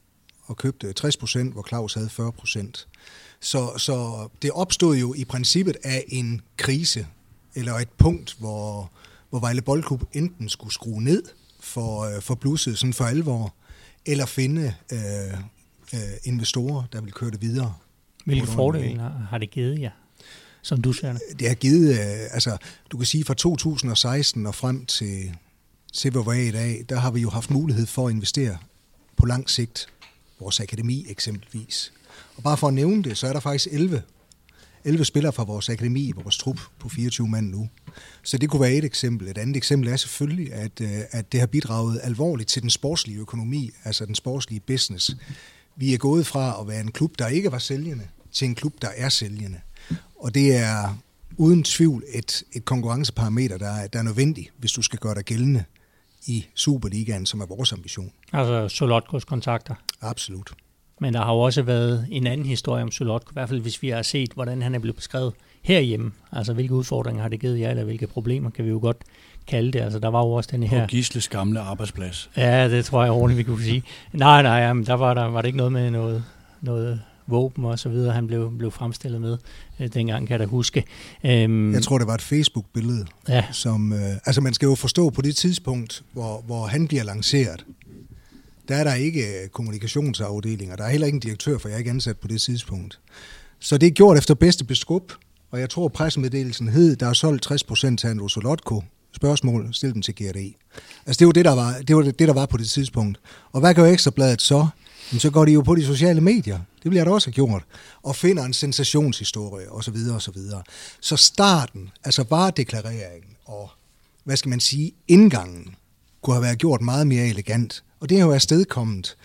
C: og købte 60%, hvor Claus havde 40%. Så det opstod jo i princippet af en krise, eller et punkt, hvor Vejle Boldklub enten skulle skrue ned for blusset sådan for alvor, eller finde investorer, der vil køre det videre.
E: Hvilke fordele har det givet jer, som du ser det?
C: Det har givet, du kan sige fra 2016 og frem til hvor vi er i dag, der har vi jo haft mulighed for at investere på lang sigt. Vores akademi eksempelvis. Og bare for at nævne det, så er der faktisk 11 spillere fra vores akademi i vores trup på 24 mand nu. Så det kunne være et eksempel. Et andet eksempel er selvfølgelig, at det har bidraget alvorligt til den sportslige økonomi, altså den sportslige business. Vi er gået fra at være en klub, der ikke var sælgende, til en klub, der er sælgende. Og det er uden tvivl et konkurrenceparameter, der er nødvendigt, hvis du skal gøre dig gældende i Superligaen, som er vores ambition.
E: Altså Solotkos kontakter?
C: Absolut.
E: Men der har jo også været en anden historie om Solotko, i hvert fald hvis vi har set, hvordan han er blevet beskrevet herhjemme. Altså hvilke udfordringer har det givet jer, eller hvilke problemer kan vi jo godt kalde det. Altså der var jo også den her...
B: På Gisles gamle arbejdsplads.
E: Ja, det tror jeg ordentligt, vi kunne sige. Nej, men der var det ikke noget med noget våben og så videre, han blev fremstillet med. Dengang kan jeg da huske.
C: Jeg tror, det var et Facebook-billede, som... altså man skal jo forstå på det tidspunkt, hvor han bliver lanceret. Der er der ikke kommunikationsafdelinger. Der er heller ikke en direktør, for jeg er ikke ansat på det tidspunkt. Så det er gjort efter bedste beskub, og jeg tror, pressemeddelelsen hed, der er solgt 60% til Andrew Solotko. Spørgsmål, stil dem til GRD. Altså det var det, der var på det tidspunkt. Og hvad gør Ekstrabladet så? Jamen, så går de jo på de sociale medier. Det bliver jeg da også have gjort. Og finder en sensationshistorie, osv. osv. Så starten, altså varedeklareringen og, hvad skal man sige, indgangen, kunne have været gjort meget mere elegant. Og det er jo afstedkommet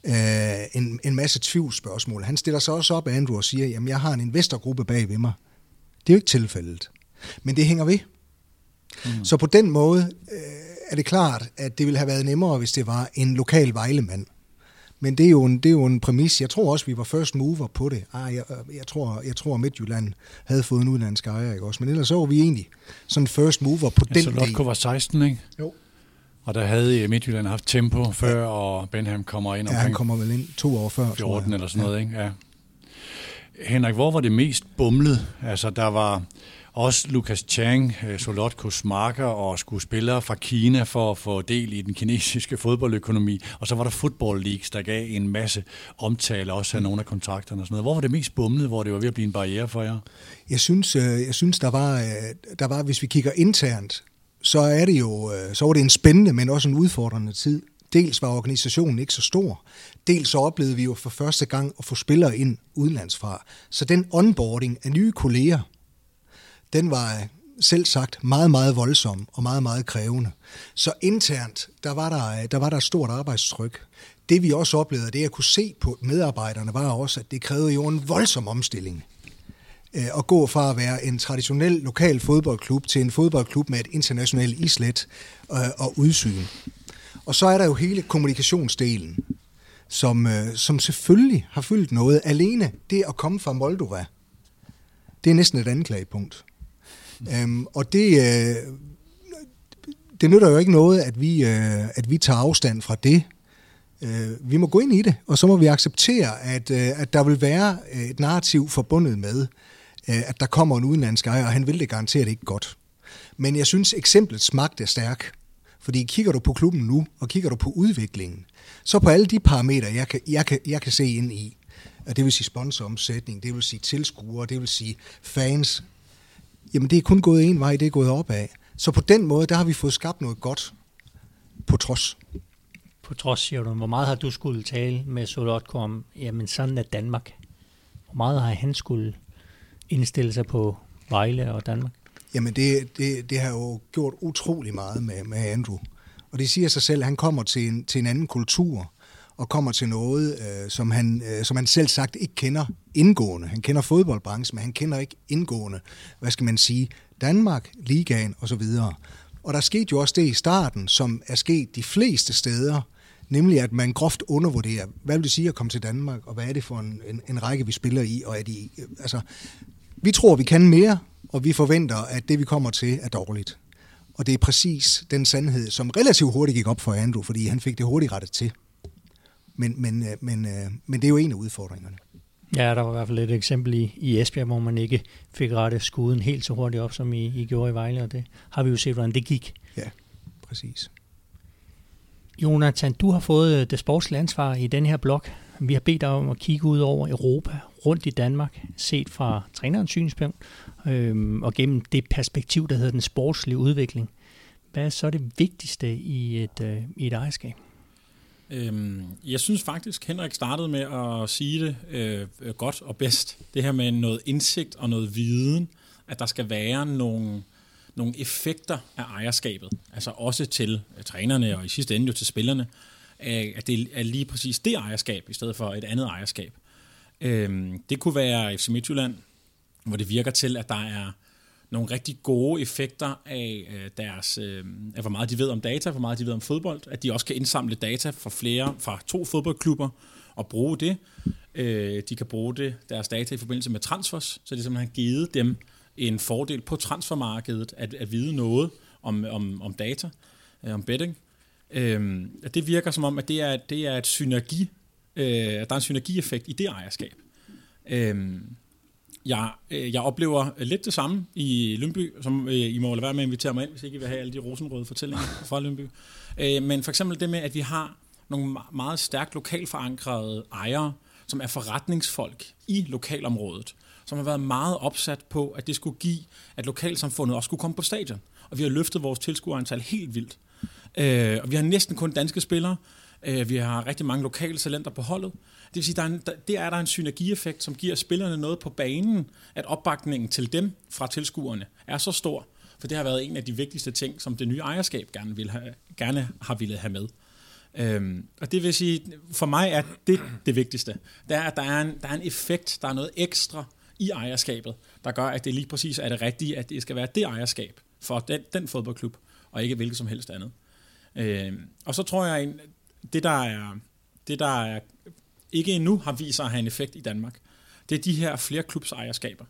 C: en masse tvivlsspørgsmål. Han stiller sig også op af Andrew og siger, jamen jeg har en investorgruppe bag ved mig. Det er jo ikke tilfældet. Men det hænger ved. Så på den måde er det klart, at det ville have været nemmere, hvis det var en lokal Vejlemand. Men det er jo en præmis. Jeg tror også, vi var first mover på det. Jeg tror Midtjylland havde fået en udenlandsk ejer, ikke også? Men ellers så var vi egentlig sådan first mover på den del.
B: Så Lotko var 16, ikke?
C: Jo.
B: Og der havde Midtjylland haft tempo før, og Benham kommer ind omkring...
C: Ja, han kommer vel ind 2 år før,
B: 14 eller sådan noget, ikke? Ja. Henrik, hvor var det mest bumlet? Altså, der var også Lucas Chang, Solotkos marker og skulle spillere fra Kina for at få del i den kinesiske fodboldøkonomi. Og så var der Football Leagues, der gav en masse omtale, også af nogle af kontrakterne og sådan noget. Hvor var det mest bumlet, hvor det var ved at blive en barriere for jer?
C: Jeg synes der var, hvis vi kigger internt, så er det jo, så var det en spændende, men også en udfordrende tid. Dels var organisationen ikke så stor, dels så oplevede vi jo for første gang at få spillere ind udenlandsfra. Så den onboarding af nye kolleger, den var selv sagt meget, meget voldsom og meget, meget krævende. Så internt, der var der et stort arbejdstryk. Det vi også oplevede, det jeg kunne se på medarbejderne, var også, at det krævede jo en voldsom omstilling. At gå fra at være en traditionel lokal fodboldklub til en fodboldklub med et internationalt islet og udsyn. Og så er der jo hele kommunikationsdelen, som selvfølgelig har fyldt noget. Alene det at komme fra Moldova, det er næsten et anklagepunkt. Og det nytter jo ikke noget, at vi tager afstand fra det. Vi må gå ind i det, og så må vi acceptere, at der vil være et narrativ forbundet med, at der kommer en udenlandsk ejer, og han vil det garanteret ikke godt. Men jeg synes, eksemplets magt er stærk. Fordi kigger du på klubben nu, og kigger du på udviklingen, så på alle de parametre, jeg kan se ind i, og det vil sige sponsoromsætning, det vil sige tilskuere, det vil sige fans, jamen det er kun gået en vej, det er gået opad. Så på den måde, der har vi fået skabt noget godt på trods.
E: På trods, siger du. Hvor meget har du skulle tale med Solotko om, jamen sådan er Danmark? Hvor meget har han skulle indstille sig på Vejle og Danmark? Jamen
C: det har jo gjort utrolig meget med Andrew. Og det siger sig selv, at han kommer til en anden kultur, og kommer til noget, som han selv sagt ikke kender indgående. Han kender fodboldbranchen, men han kender ikke indgående, hvad skal man sige, Danmark, ligaen osv. Og der skete jo også det i starten, som er sket de fleste steder, nemlig at man groft undervurderer, hvad vil det sige at komme til Danmark, og hvad er det for en række, vi spiller i, og vi tror, vi kan mere, og vi forventer, at det, vi kommer til, er dårligt. Og det er præcis den sandhed, som relativt hurtigt gik op for Andrew, fordi han fik det hurtigt rettet til. Men det er jo en af udfordringerne.
E: Ja, der var i hvert fald et eksempel i Esbjerg, hvor man ikke fik rettet skuden helt så hurtigt op, som I gjorde i Vejle, og det har vi jo set, hvordan det gik.
C: Ja, præcis.
E: Jonathan, du har fået det sportslige ansvar i den her blog. Vi har bedt dig om at kigge ud over Europa, rundt i Danmark, set fra trænerens synspunkt, og gennem det perspektiv, der hedder den sportslige udvikling. Hvad er så det vigtigste i et ejerskab?
G: Jeg synes faktisk, Henrik startede med at sige det godt og bedst. Det her med noget indsigt og noget viden, at der skal være nogle effekter af ejerskabet, altså også til trænerne og i sidste ende jo til spillerne, at det er lige præcis det ejerskab, i stedet for et andet ejerskab. Det kunne være FC Midtjylland, hvor det virker til, at der er nogle rigtig gode effekter af af hvor meget de ved om data, hvor meget de ved om fodbold, at de også kan indsamle data fra 2 fodboldklubber og bruge det. De kan bruge deres data i forbindelse med transfers, så det simpelthen har givet dem en fordel på transfermarkedet at vide noget om data, om betting. Det virker som om, at det er et synergi, der er en synergieffekt i det ejerskab. Jeg oplever lidt det samme i Lyngby, som I må lade være med at invitere mig ind, hvis ikke I vil have alle de rosenrøde fortællinger fra Lyngby. Men for eksempel det med, at vi har nogle meget stærkt lokalt forankrede ejere, som er forretningsfolk i lokalområdet, som har været meget opsat på, at det skulle give, at lokalsamfundet også skulle komme på stadion. Og vi har løftet vores tilskuerantal helt vildt. Og vi har næsten kun danske spillere. Vi har rigtig mange lokale talenter på holdet. Det vil sige, der er en synergieffekt, som giver spillerne noget på banen, at opbakningen til dem fra tilskuerne er så stor. For det har været en af de vigtigste ting, som det nye ejerskab gerne har ville have med. Og det vil sige, for mig er det vigtigste. Det er, at der er en effekt, der er noget ekstra i ejerskabet, der gør, at det lige præcis er det rigtige, at det skal være det ejerskab for den fodboldklub, og ikke hvilket som helst andet. Og så tror jeg, det der er ikke endnu har vist sig at have en effekt i Danmark, det er de her flere klubsejerskaber.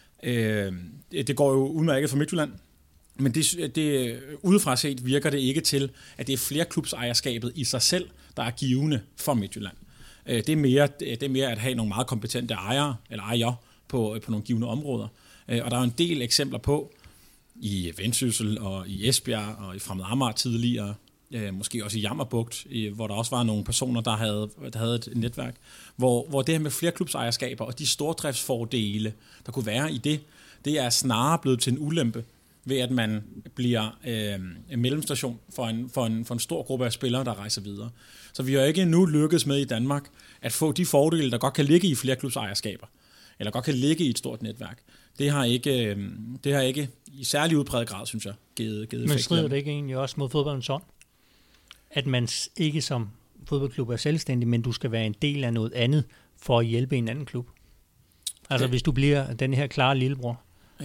G: Det går jo udmærket for Midtjylland, men det udefra set virker det ikke til, at det er flere klubsejerskabet i sig selv, der er givende for Midtjylland. Det er mere at have nogle meget kompetente ejere på nogle givende områder. Og der er en del eksempler på, i Vendsyssel og i Esbjerg og i Fremad Amager tidligere, måske også i Jammerbugt, hvor der også var nogle personer, der havde et netværk, hvor det her med flere klubsejerskaber og de stordriftsfordele, der kunne være i det er snarere blevet til en ulempe, ved at man bliver en mellemstation for en stor gruppe af spillere, der rejser videre. Så vi har ikke nu lykkedes med i Danmark at få de fordele, der godt kan ligge i flere klubsejerskaber, eller godt kan ligge i et stort netværk. Det har ikke i særlig udpræget grad, synes jeg, givet effekt.
E: Men strider det ikke egentlig også mod fodboldens ånd? At man ikke som fodboldklub er selvstændig, men du skal være en del af noget andet for at hjælpe en anden klub? Altså hvis du bliver den her klare lillebror?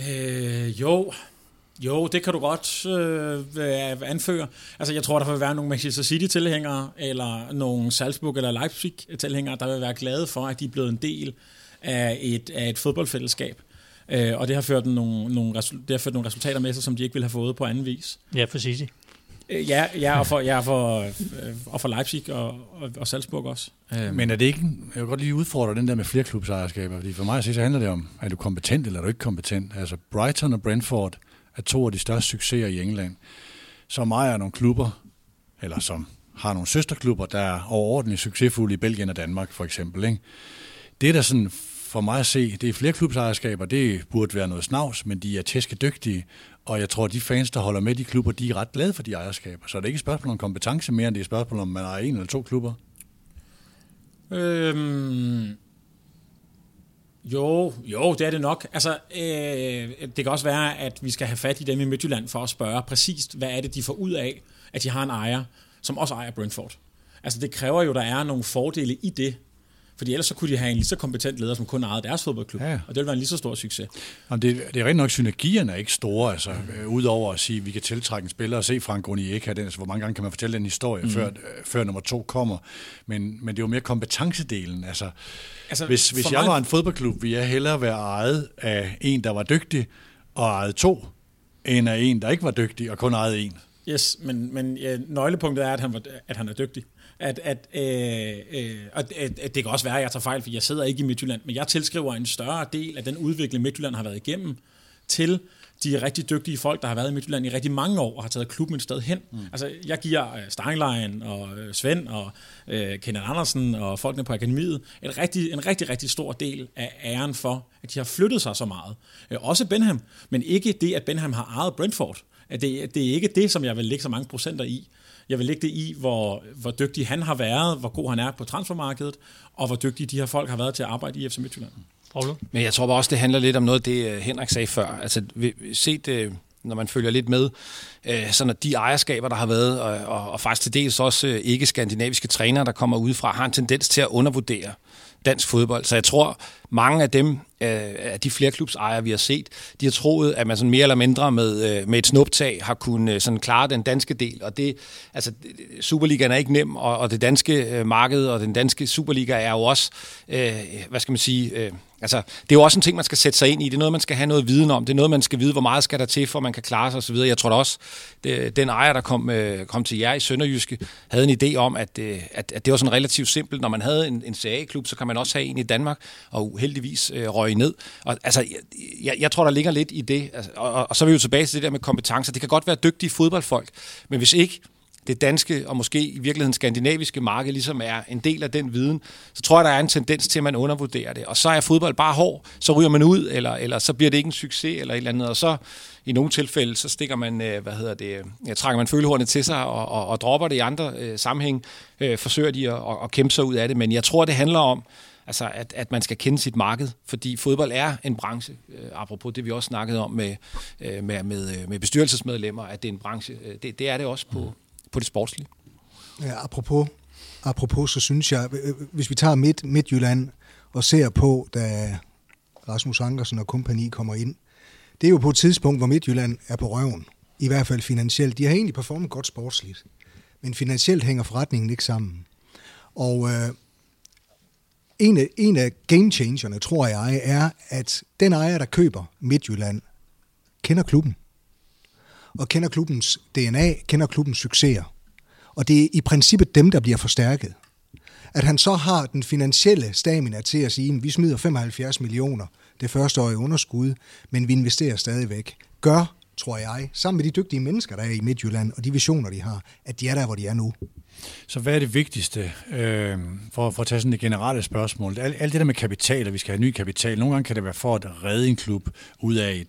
G: Jo, det kan du godt anføre. Altså jeg tror, der vil være nogle Manchester City-tilhængere, eller nogle Salzburg eller Leipzig-tilhængere, der vil være glade for, at de er blevet en del af et fodboldfællesskab. Og det har ført nogle resultater med sig, som de ikke ville have fået på anden vis.
E: Ja, for City.
G: Ja, og for Leipzig og Salzburg også.
B: Men er det ikke, jeg vil godt lige udfordre den der med flere klubsejerskaber, fordi for mig at se, så handler det om, er du kompetent eller er du ikke kompetent? Altså Brighton og Brentford er 2 af de største succeser i England, som ejer nogle klubber, eller som har nogle søsterklubber, der er overordentligt succesfulde i Belgien og Danmark, for eksempel. Ikke? Det er der sådan, for mig at se, det er flere klubsejerskaber, det burde være noget snavs, men de er tæskedygtige, og jeg tror, at de fans, der holder med de klubber, de er ret glade for de ejerskaber. Så det er ikke et spørgsmål om kompetence mere, end det er et spørgsmål om, man har 1 eller 2 klubber.
G: Jo, det er det nok. Altså, det kan også være, at vi skal have fat i dem i Midtjylland for at spørge præcist, hvad er det, de får ud af, at de har en ejer, som også ejer Brentford. Altså, det kræver jo, der er nogle fordele i det. Fordi ellers så kunne de have en lige så kompetent leder, som kun ejede deres fodboldklub. Ja. Og det ville være en lige så stor succes.
B: Jamen det er rigtig nok, synergierne er ikke store. Altså, udover at sige, at vi kan tiltrække en spiller og se Frank Grunier, altså, hvor mange gange kan man fortælle den historie, før nummer 2 kommer. Men det er jo mere kompetencedelen. Altså hvis jeg var en fodboldklub, ville jeg hellere være ejet af en, der var dygtig, og ejet 2, end af en, der ikke var dygtig, og kun ejede 1.
G: Yes, men nøglepunktet er, at han er dygtig. Det kan også være, at jeg tager fejl, for jeg sidder ikke i Midtjylland, men jeg tilskriver en større del af den udvikling, Midtjylland har været igennem, til de rigtig dygtige folk, der har været i Midtjylland i rigtig mange år, og har taget klubben et sted hen. Altså, jeg giver Steinlein og Svend og Kenneth Andersen og folkene på akademiet en rigtig stor del af æren for, at de har flyttet sig så meget. Også Benham, men ikke det, at Benham har ejet Brentford. Det er ikke det, som jeg vil lægge så mange procenter i. Jeg vil lægge det i, hvor dygtig han har været, hvor god han er på transfermarkedet, og hvor dygtige de her folk har været til at arbejde i FC Midtjylland.
D: Men jeg tror bare også, det handler lidt om noget af det, Henrik sagde før. Altså, set, når man følger lidt med, sådan at de ejerskaber, der har været, og faktisk til dels også ikke-skandinaviske trænere, der kommer udefra, har en tendens til at undervurdere dansk fodbold. Så jeg tror, mange af dem, af de flerklubsejere, vi har set, de har troet, at man sådan mere eller mindre med et snuptag har kunnet sådan klare den danske del. Og det, altså, Superligaen er ikke nem, og det danske marked og den danske Superliga er jo også, hvad skal man sige, altså, det er jo også en ting, man skal sætte sig ind i. Det er noget, man skal have noget viden om. Det er noget, man skal vide, hvor meget skal der til, for man kan klare sig osv. Jeg tror da også, den ejer, der kom til jer i Sønderjyske, havde en idé om, at det var sådan relativt simpelt. Når man havde en CA-klub, så kan man også have en i Danmark, og heldigvis røg ned. Og altså, jeg tror, der ligger lidt i det. Altså, og så er vi jo tilbage til det der med kompetencer. Det kan godt være dygtige fodboldfolk, men hvis ikke det danske og måske i virkeligheden skandinaviske marked ligesom er en del af den viden, så tror jeg, der er en tendens til, at man undervurderer det. Og så er fodbold bare hård, så ryger man ud, eller så bliver det ikke en succes, eller et eller andet. Og så i nogle tilfælde, så stikker man, trækker man følehornet til sig og dropper det i andre sammenhæng, forsøger de at kæmpe sig ud af det. Men jeg tror, det handler om, altså, at man skal kende sit marked, fordi fodbold er en branche, apropos det, vi også snakkede om med bestyrelsesmedlemmer, at det er en branche. Det er det også på det sportslige.
C: Ja, apropos, så synes jeg, hvis vi tager Midtjylland og ser på, da Rasmus Ankersen og kompagni kommer ind, det er jo på et tidspunkt, hvor Midtjylland er på røven, i hvert fald finansielt. De har egentlig performet godt sportsligt, men finansielt hænger forretningen ikke sammen. Og en af gamechangerne, tror jeg, er, at den ejer, der køber Midtjylland, kender klubben. Og kender klubbens DNA, kender klubbens succeser. Og det er i princippet dem, der bliver forstærket. At han så har den finansielle stamina til at sige, at vi smider 75 millioner det første år i underskud, men vi investerer stadigvæk. Gør, tror jeg, sammen med de dygtige mennesker, der er i Midtjylland, og de visioner, de har, at de er der, hvor de er nu.
B: Så hvad er det vigtigste, for at tage sådan et generelle spørgsmål? Alt det der med kapital, og vi skal have ny kapital, nogle gange kan det være for at redde en klub ud af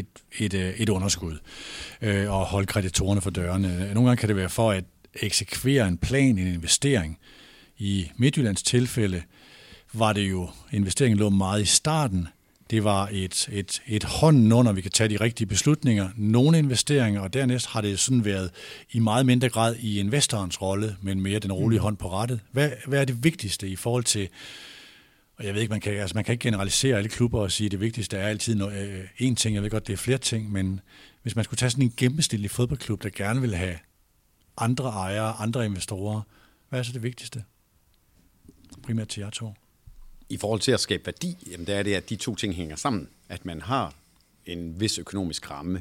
B: et underskud, og holde kreditorerne for dørene. Nogle gange kan det være for at eksekvere en plan, en investering. I Midtjyllands tilfælde var det jo, investeringen lå meget i starten. Det var et hånden under, vi kan tage de rigtige beslutninger, nogle investeringer, og dernæst har det sådan været i meget mindre grad i investorens rolle, men mere den rolige hånd på rattet. Hvad er det vigtigste i forhold til, og jeg ved ikke, man kan ikke generalisere alle klubber og sige, at det vigtigste er altid én ting, jeg ved godt, det er flere ting, men hvis man skulle tage sådan en gennemsnitlig fodboldklub, der gerne vil have andre ejere, andre investorer, hvad er så det vigtigste? Primært til jer to.
F: I forhold til at skabe værdi, jamen der er det, at de to ting hænger sammen. At man har en vis økonomisk ramme,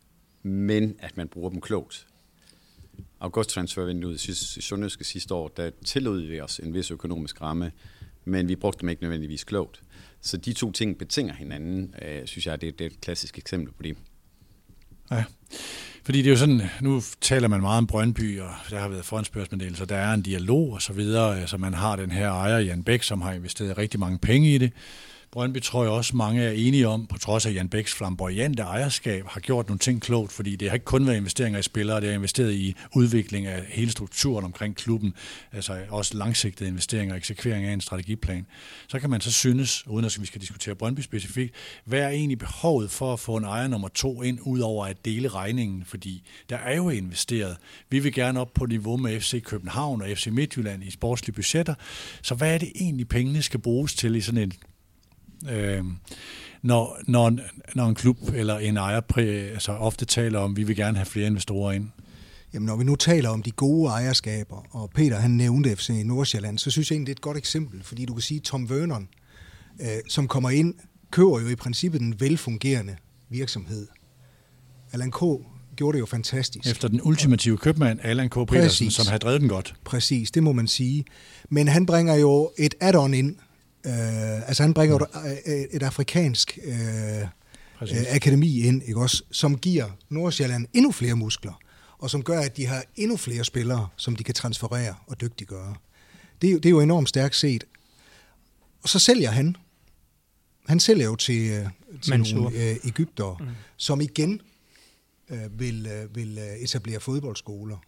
F: men at man bruger dem klogt. August-transfervinduet i Sønderjyske sidste år, der tillod vi os en vis økonomisk ramme, men vi brugte dem ikke nødvendigvis klogt. Så de to ting betinger hinanden, synes jeg, det er et klassisk eksempel på det.
B: Ja, fordi det er jo sådan, nu taler man meget om Brøndby, og der har været forhåndsbørsmeddelelser, der er en dialog og så videre, så man har den her ejer, Jan Bæk, som har investeret rigtig mange penge i det. Brøndby tror jeg også mange er enige om, på trods af Jan Bæks flamboyante ejerskab, har gjort nogle ting klogt, fordi det har ikke kun været investeringer i spillere, det har investeret i udvikling af hele strukturen omkring klubben, altså også langsigtede investeringer og eksekvering af en strategiplan. Så kan man så synes, uden at vi skal diskutere Brøndby specifikt, hvad er egentlig behovet for at få en ejer nummer 2 ind, ud over at dele regningen, fordi der er jo investeret. Vi vil gerne op på niveau med FC København og FC Midtjylland i sportslige budgetter, så hvad er det egentlig, pengene skal bruges til i sådan en når en klub eller en ejer altså ofte taler om, vi vil gerne have flere investorer ind?
C: Jamen, når vi nu taler om de gode ejerskaber, og Peter han nævnte FC Nordsjælland, så synes jeg egentlig, det er et godt eksempel, fordi du kan sige, Tom Vernon, som kommer ind, køber jo i princippet en velfungerende virksomhed. Allan K. gjorde det jo fantastisk.
B: Efter den ultimative købmand, Allan K. Petersen, som havde drevet den godt.
C: Præcis, det må man sige. Men han bringer jo et add-on ind. Altså han bringer et afrikansk akademi ind, ikke også, som giver Nordsjælland endnu flere muskler, og som gør, at de har endnu flere spillere, som de kan transferere og dygtiggøre. Det er jo enormt stærkt set. Og så sælger han. Han sælger jo til nogle egyptere, som igen vil etablere fodboldskoler.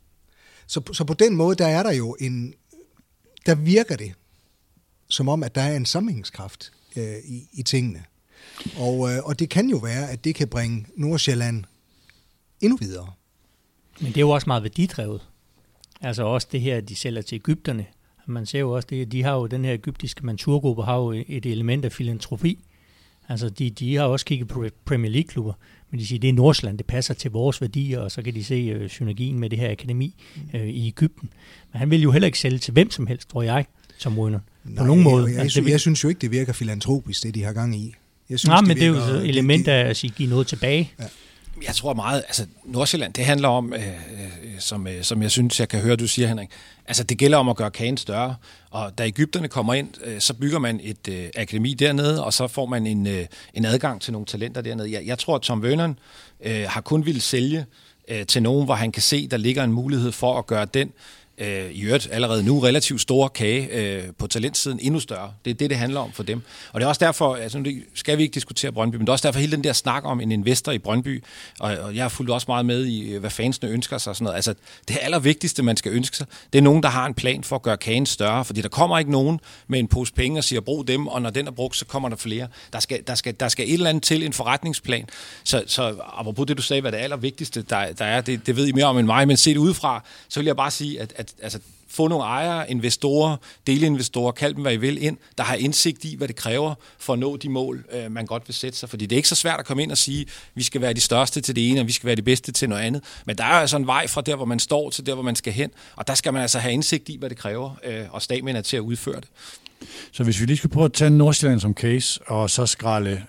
C: Så på den måde, der er der jo der virker det, som om, at der er en sammenhængskraft i tingene. Og det kan jo være, at det kan bringe Nordsjælland endnu videre. Men
E: det er jo også meget værdidrevet. Altså også det her, de sælger til egypterne. Man ser jo også det, de har jo den her egyptiske Mansour-gruppe, har jo et element af filantropi. Altså de har også kigget på Premier League-klubber, men de siger, det er Nordsjælland, det passer til vores værdier, og så kan de se synergien med det her akademi i Egypten. Men han vil jo heller ikke sælge til hvem som helst, tror jeg, som Rønner. På nogen måde.
C: Jeg synes jo ikke, det virker filantropisk, det de har gang i.
E: Jeg synes, men det er jo et element af at give noget tilbage. Ja.
D: Jeg tror meget, altså Nordsjælland, det handler om, som jeg synes, jeg kan høre, du siger, Henrik, altså det gælder om at gøre kagen større, og da egypterne kommer ind, så bygger man et akademi dernede, og så får man en adgang til nogle talenter dernede. Jeg tror, at Tom Vernon har kun ville sælge til nogen, hvor han kan se, der ligger en mulighed for at gøre den, i øvrigt allerede nu relativt store kage på talentsiden endnu større. Det er det handler om for dem. Og det er også derfor, altså det skal vi ikke diskutere Brøndby, men det er også derfor hele den der snak om en investor i Brøndby, og jeg har fulgt også meget med i, hvad fansene ønsker sig og sådan noget. Altså det allervigtigste, man skal ønske sig, det er nogen, der har en plan for at gøre kagen større, fordi der kommer ikke nogen med en pose penge og siger, brug dem, og når den er brugt, så kommer der flere. Der skal et eller andet til en forretningsplan. Så apropos det, du sagde, hvad det allervigtigste, der er, det ved I mere om end mig, men set udefra, så vil jeg bare sige, at altså, få nogle ejere, investorer, delinvestorer, kald dem hvad I vil, ind, der har indsigt i, hvad det kræver for at nå de mål, man godt vil sætte sig. Fordi det er ikke så svært at komme ind og sige, vi skal være de største til det ene, og vi skal være de bedste til noget andet. Men der er altså en vej fra der, hvor man står, til der, hvor man skal hen. Og der skal man altså have indsigt i, hvad det kræver, og staten er til at udføre det.
B: Så hvis vi lige skal prøve at tage Nordsjælland som case, og så skralde...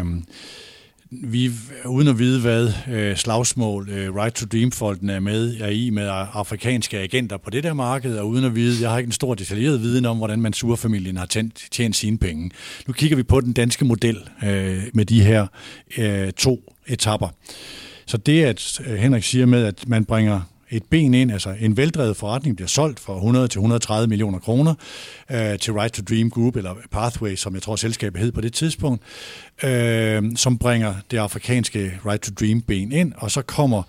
B: Vi, uden at vide, hvad slagsmål Right to Dream-folden er med afrikanske agenter på det der marked, og uden at vide, jeg har ikke en stor detaljeret viden om, hvordan Mansour-familien har tjent sine penge. Nu kigger vi på den danske model med de her 2 etapper. Så det, at Henrik siger med, at man bringer et ben ind, altså en veldrevet forretning bliver solgt for 100 til 130 millioner kroner til Right to Dream Group, eller Pathway, som jeg tror selskabet hed på det tidspunkt, som bringer det afrikanske Right to Dream ben ind, og så kommer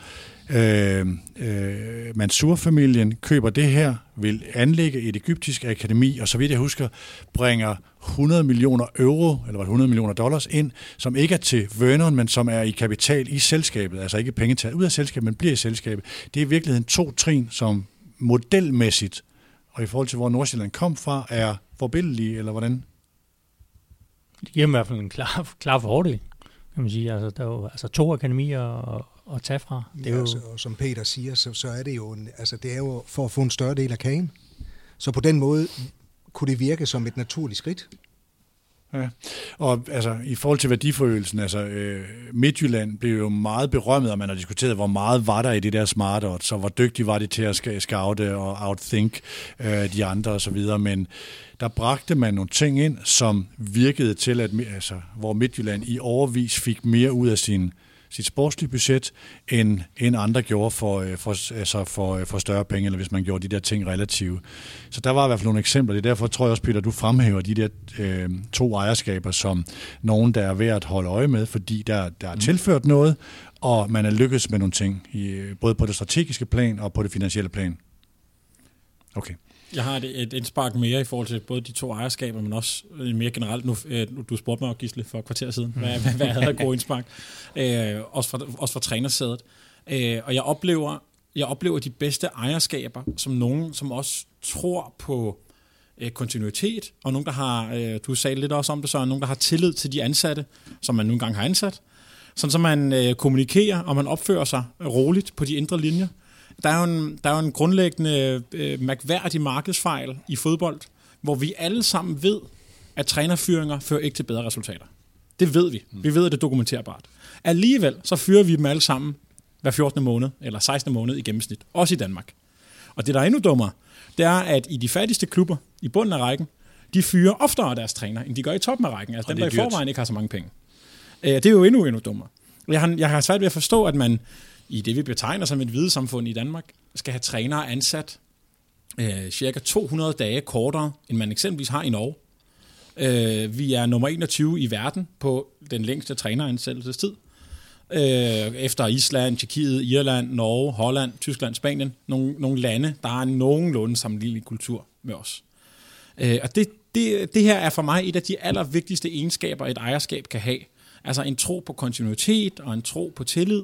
B: Mansour-familien, køber det her, vil anlægge et egyptisk akademi, og så vidt jeg husker, bringer 100 millioner euro, eller 100 millioner dollars ind, som ikke er til Vernon, men som er i kapital i selskabet, altså ikke penge taget ud af selskabet, men bliver i selskabet. Det er i virkeligheden 2 trin, som modelmæssigt, og i forhold til, hvor Nordsjælland kom fra, er forbilledelige, eller hvordan?
E: Det giver i hvert fald en klar fordel, kan man sige. Altså, der er jo 2 akademier at tage fra. Det er jo...
C: altså, og som Peter siger, så er det jo, det er jo for at få en større del af kagen. Så på den måde kunne det virke som et naturligt skridt.
B: Ja, og altså i forhold til værdiforøgelsen, Midtjylland blev jo meget berømmet, og man har diskuteret, hvor meget var der i det der smart odds, og hvor dygtige var de til at scoute og outthink de andre osv., men der bragte man nogle ting ind, som virkede til, at hvor Midtjylland i overvis fik mere ud af sit sportslige budget, end andre gjorde for større penge, eller hvis man gjorde de der ting relative. Så der var i hvert fald nogle eksempler. Det er derfor, tror jeg også, Peter, du fremhæver de der 2 ejerskaber som nogen, der er værd at holde øje med, fordi der er tilført noget, og man er lykkedes med nogle ting, både på det strategiske plan og på det finansielle plan. Okay.
G: Jeg har et indspark mere i forhold til både de 2 ejerskaber, men også mere generelt. Nu du spurgte mig, Gisle, for et kvarter siden, hvad jeg havde af god indspark. Også fra trænersædet. Og jeg oplever de bedste ejerskaber som nogen, som også tror på kontinuitet, og nogen, der har, du sagde lidt også om det, så nogen, der har tillid til de ansatte, som man nogle gange har ansat. Sådan så man kommunikerer, og man opfører sig roligt på de indre linjer. Der er jo en grundlæggende mærkværdig markedsfejl i fodbold, hvor vi alle sammen ved, at trænerfyringer fører ikke til bedre resultater. Det ved vi. Vi ved, at det er dokumenterbart. Alligevel så fyrer vi dem alle sammen hver 14. måned, eller 16. måned i gennemsnit, også i Danmark. Og det, der er endnu dummere, det er, at i de fattigste klubber, i bunden af rækken, de fyrer oftere deres træner, end de gør i toppen af rækken. Altså dem, der i forvejen ikke har så mange penge. Det er jo endnu dummere. Jeg har svært ved at forstå, at man i det, vi betegner som et videsamfund i Danmark, skal have trænere ansat cirka 200 dage kortere, end man eksempelvis har i Norge. Vi er nummer 21 i verden på den længste træneransættelsestid. Efter Island, Tjekkiet, Irland, Norge, Holland, Tyskland, Spanien. Nogle lande, der har en nogenlunde sammenlignelig kultur med os. Og det her er for mig et af de allervigtigste egenskaber, et ejerskab kan have. Altså en tro på kontinuitet og en tro på tillid.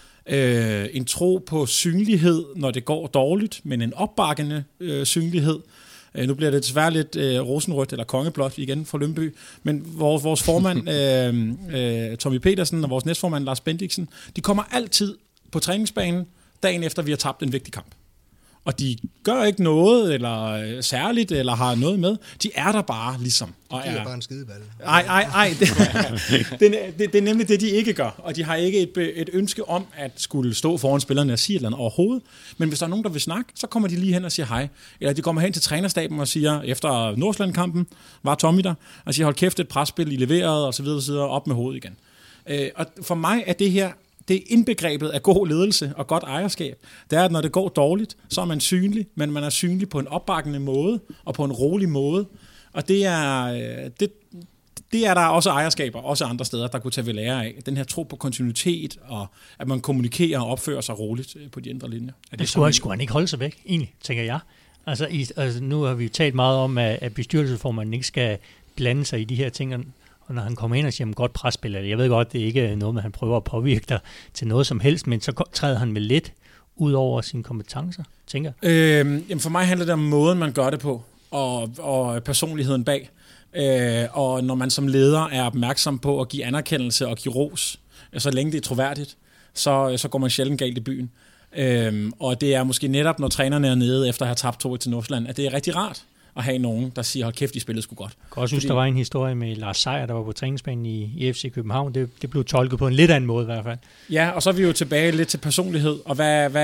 G: En tro på synlighed, når det går dårligt, men en opbakkende synlighed. Nu bliver det desværre lidt rosenrødt eller kongeblåt igen fra Lyngby, men vores formand Tommy Petersen og vores næstformand Lars Bendiksen, de kommer altid på træningsbanen dagen efter, vi har tabt en vigtig kamp. Og de gør ikke noget eller særligt, eller har noget med. De er der bare ligesom. Og
C: de er bare en skideball.
G: Nej. Det er nemlig det, de ikke gør. Og de har ikke et ønske om at skulle stå foran spillerne og sige et eller andet overhovedet. Men hvis der er nogen, der vil snakke, så kommer de lige hen og siger hej. Eller de kommer hen til trænerstaben og siger, efter Nordsjælland-kampen, var Tommy der, og siger, hold kæft, et presspil, I leverede, og så videre, op med hovedet igen. Og for mig er det her, det er indbegrebet af god ledelse og godt ejerskab. Det er, at når det går dårligt, så er man synlig, men man er synlig på en opbakkende måde og på en rolig måde. Og det er der også ejerskaber, også andre steder, der kunne tage ved lære af. Den her tro på kontinuitet, og at man kommunikerer og opfører sig roligt på de indre linjer.
E: Det skulle han ikke holde sig væk, egentlig, tænker jeg. Altså nu har vi talt meget om, at bestyrelsesformanden ikke skal blande sig i de her ting. Og når han kommer ind og siger, godt presspiller, jeg ved godt, det er ikke noget, man han prøver at påvirke dig til noget som helst, men så træder han vel lidt ud over sine kompetencer, tænker jeg.
G: Jamen for mig handler det om måden, man gør det på, og personligheden bag. Og når man som leder er opmærksom på at give anerkendelse og give ros, så længe det er troværdigt, så går man sjældent galt i byen. Og det er måske netop, når trænerne er nede efter at have tabt 2 til Nordsjælland, at det er rigtig rart at have nogen, der siger, hold kæft, de spillede sgu godt.
E: Jeg også synes, der var en historie med Lars Seier, der var på træningsbanen i FC København. Det blev tolket på en lidt anden måde i hvert fald.
G: Ja, og så er vi jo tilbage lidt til personlighed, og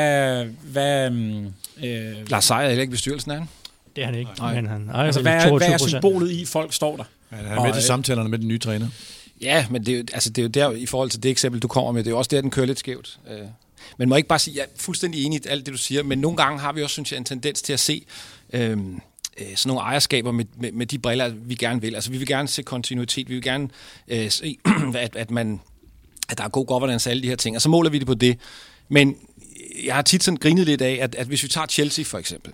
D: Lars Seier er ikke bestyrelsen af han?
E: Det er han ikke.
G: Men
E: han
G: altså, hvad er symbolet i, folk står der?
B: Ja, han er med til samtalerne med den nye træner.
D: Ja, men det er jo der, i forhold til det eksempel, du kommer med, det er jo også der, den kører lidt skævt. Men må ikke bare sige, jeg er fuldstændig enig i alt det, du siger, men nogle gange har vi også, synes jeg, en tendens til at se sådan nogle ejerskaber med de briller, vi gerne vil. Altså, vi vil gerne se kontinuitet, vi vil gerne se, at der er god governance af alle de her ting, og så måler vi det på det. Men jeg har tit sådan grinet lidt af, at hvis vi tager Chelsea for eksempel,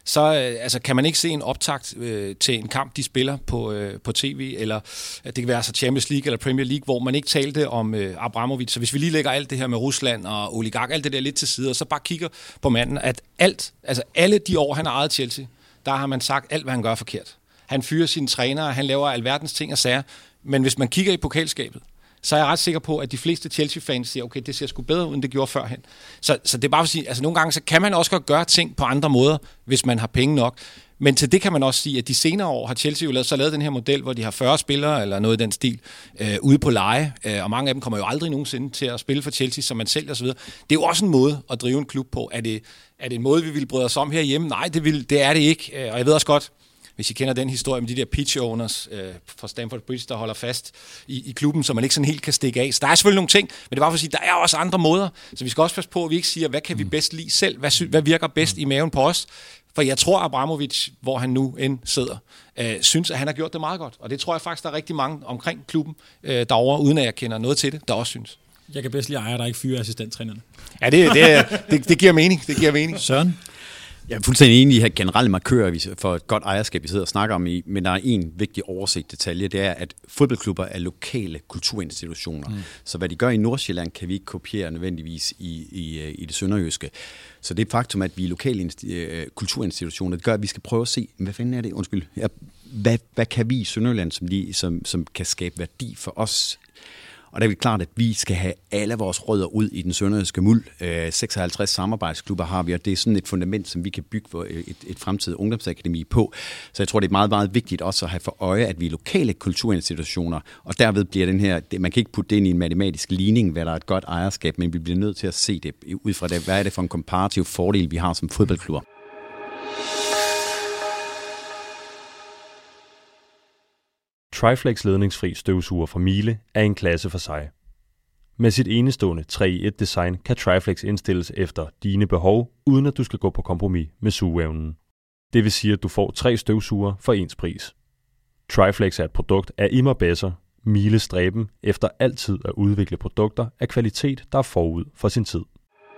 D: så kan man ikke se en optakt til en kamp, de spiller på tv, eller det kan være altså Champions League eller Premier League, hvor man ikke talte om Abramovic. Så hvis vi lige lægger alt det her med Rusland og oligark, alt det der lidt til side, og så bare kigger på manden, at alle de år, han har ejet Chelsea, der har man sagt alt, hvad han gør forkert. Han fyrer sine trænere, han laver alverdens ting og sager, men hvis man kigger i pokalskabet, så er jeg ret sikker på, at de fleste Chelsea-fans siger, okay, det ser sgu bedre ud, end det gjorde førhen. Så det er bare for at sige, altså nogle gange, så kan man også godt gøre ting på andre måder, hvis man har penge nok. Men til det kan man også sige, at de senere år har Chelsea jo lavet den her model, hvor de har 40 spillere, eller noget i den stil, ude på leje, og mange af dem kommer jo aldrig nogensinde til at spille for Chelsea, som man sælger osv. Det er jo også en måde at drive en klub på. Er det en måde, vi vil bryde os om herhjemme? Nej, det er det ikke. Og jeg ved også godt, hvis I kender den historie med de der pitch owners fra Stamford Bridge, der holder fast i klubben, så man ikke sådan helt kan stikke af. Så der er selvfølgelig nogle ting, men det var for at sige, der er også andre måder. Så vi skal også passe på, at vi ikke siger, hvad kan vi bedst lide selv? Hvad virker bedst i maven på os? For jeg tror, Abramovic, hvor han nu end sidder, synes, at han har gjort det meget godt. Og det tror jeg faktisk, der er rigtig mange omkring klubben derovre, uden at jeg kender noget til det, der også synes.
G: Jeg kan bedst lide ejer, der ikke fyrer assistenttrænerne.
D: Ja, det giver mening. Det giver mening.
B: Søren?
F: Jeg er fuldstændig enig i de her generelle markører for et godt ejerskab, vi sidder og snakker om, men der er en vigtig oversigt detalje, det er, at fodboldklubber er lokale kulturinstitutioner. Så hvad de gør i Nordsjælland, kan vi ikke kopiere nødvendigvis i det sønderjyske. Så det er et faktum, at vi er lokale kulturinstitutioner. Det gør, at vi skal prøve at se, hvad fanden er det? Hvad kan vi i Sønderjylland, som kan skabe værdi for os? Og der er det klart, at vi skal have alle vores rødder ud i den sønderjyske muld. 56 samarbejdsklubber har vi, og det er sådan et fundament, som vi kan bygge et fremtidigt ungdomsakademi på. Så jeg tror, det er meget, meget vigtigt også at have for øje, at vi er lokale kulturinstitutioner, og derved bliver den her, man kan ikke putte det ind i en matematisk ligning, hvad der er et godt ejerskab, men vi bliver nødt til at se det ud fra det. Hvad er det for en komparativ fordel, vi har som fodboldklubber?
A: Triflex ledningsfri støvsuger fra Miele er en klasse for sig. Med sit enestående 3-i-1-design kan Triflex indstilles efter dine behov, uden at du skal gå på kompromis med sugeevnen. Det vil sige, at du får 3 støvsuger for ens pris. Triflex er et produkt af Immer Besser, Miele stræben efter altid at udvikle produkter af kvalitet, der er forud for sin tid.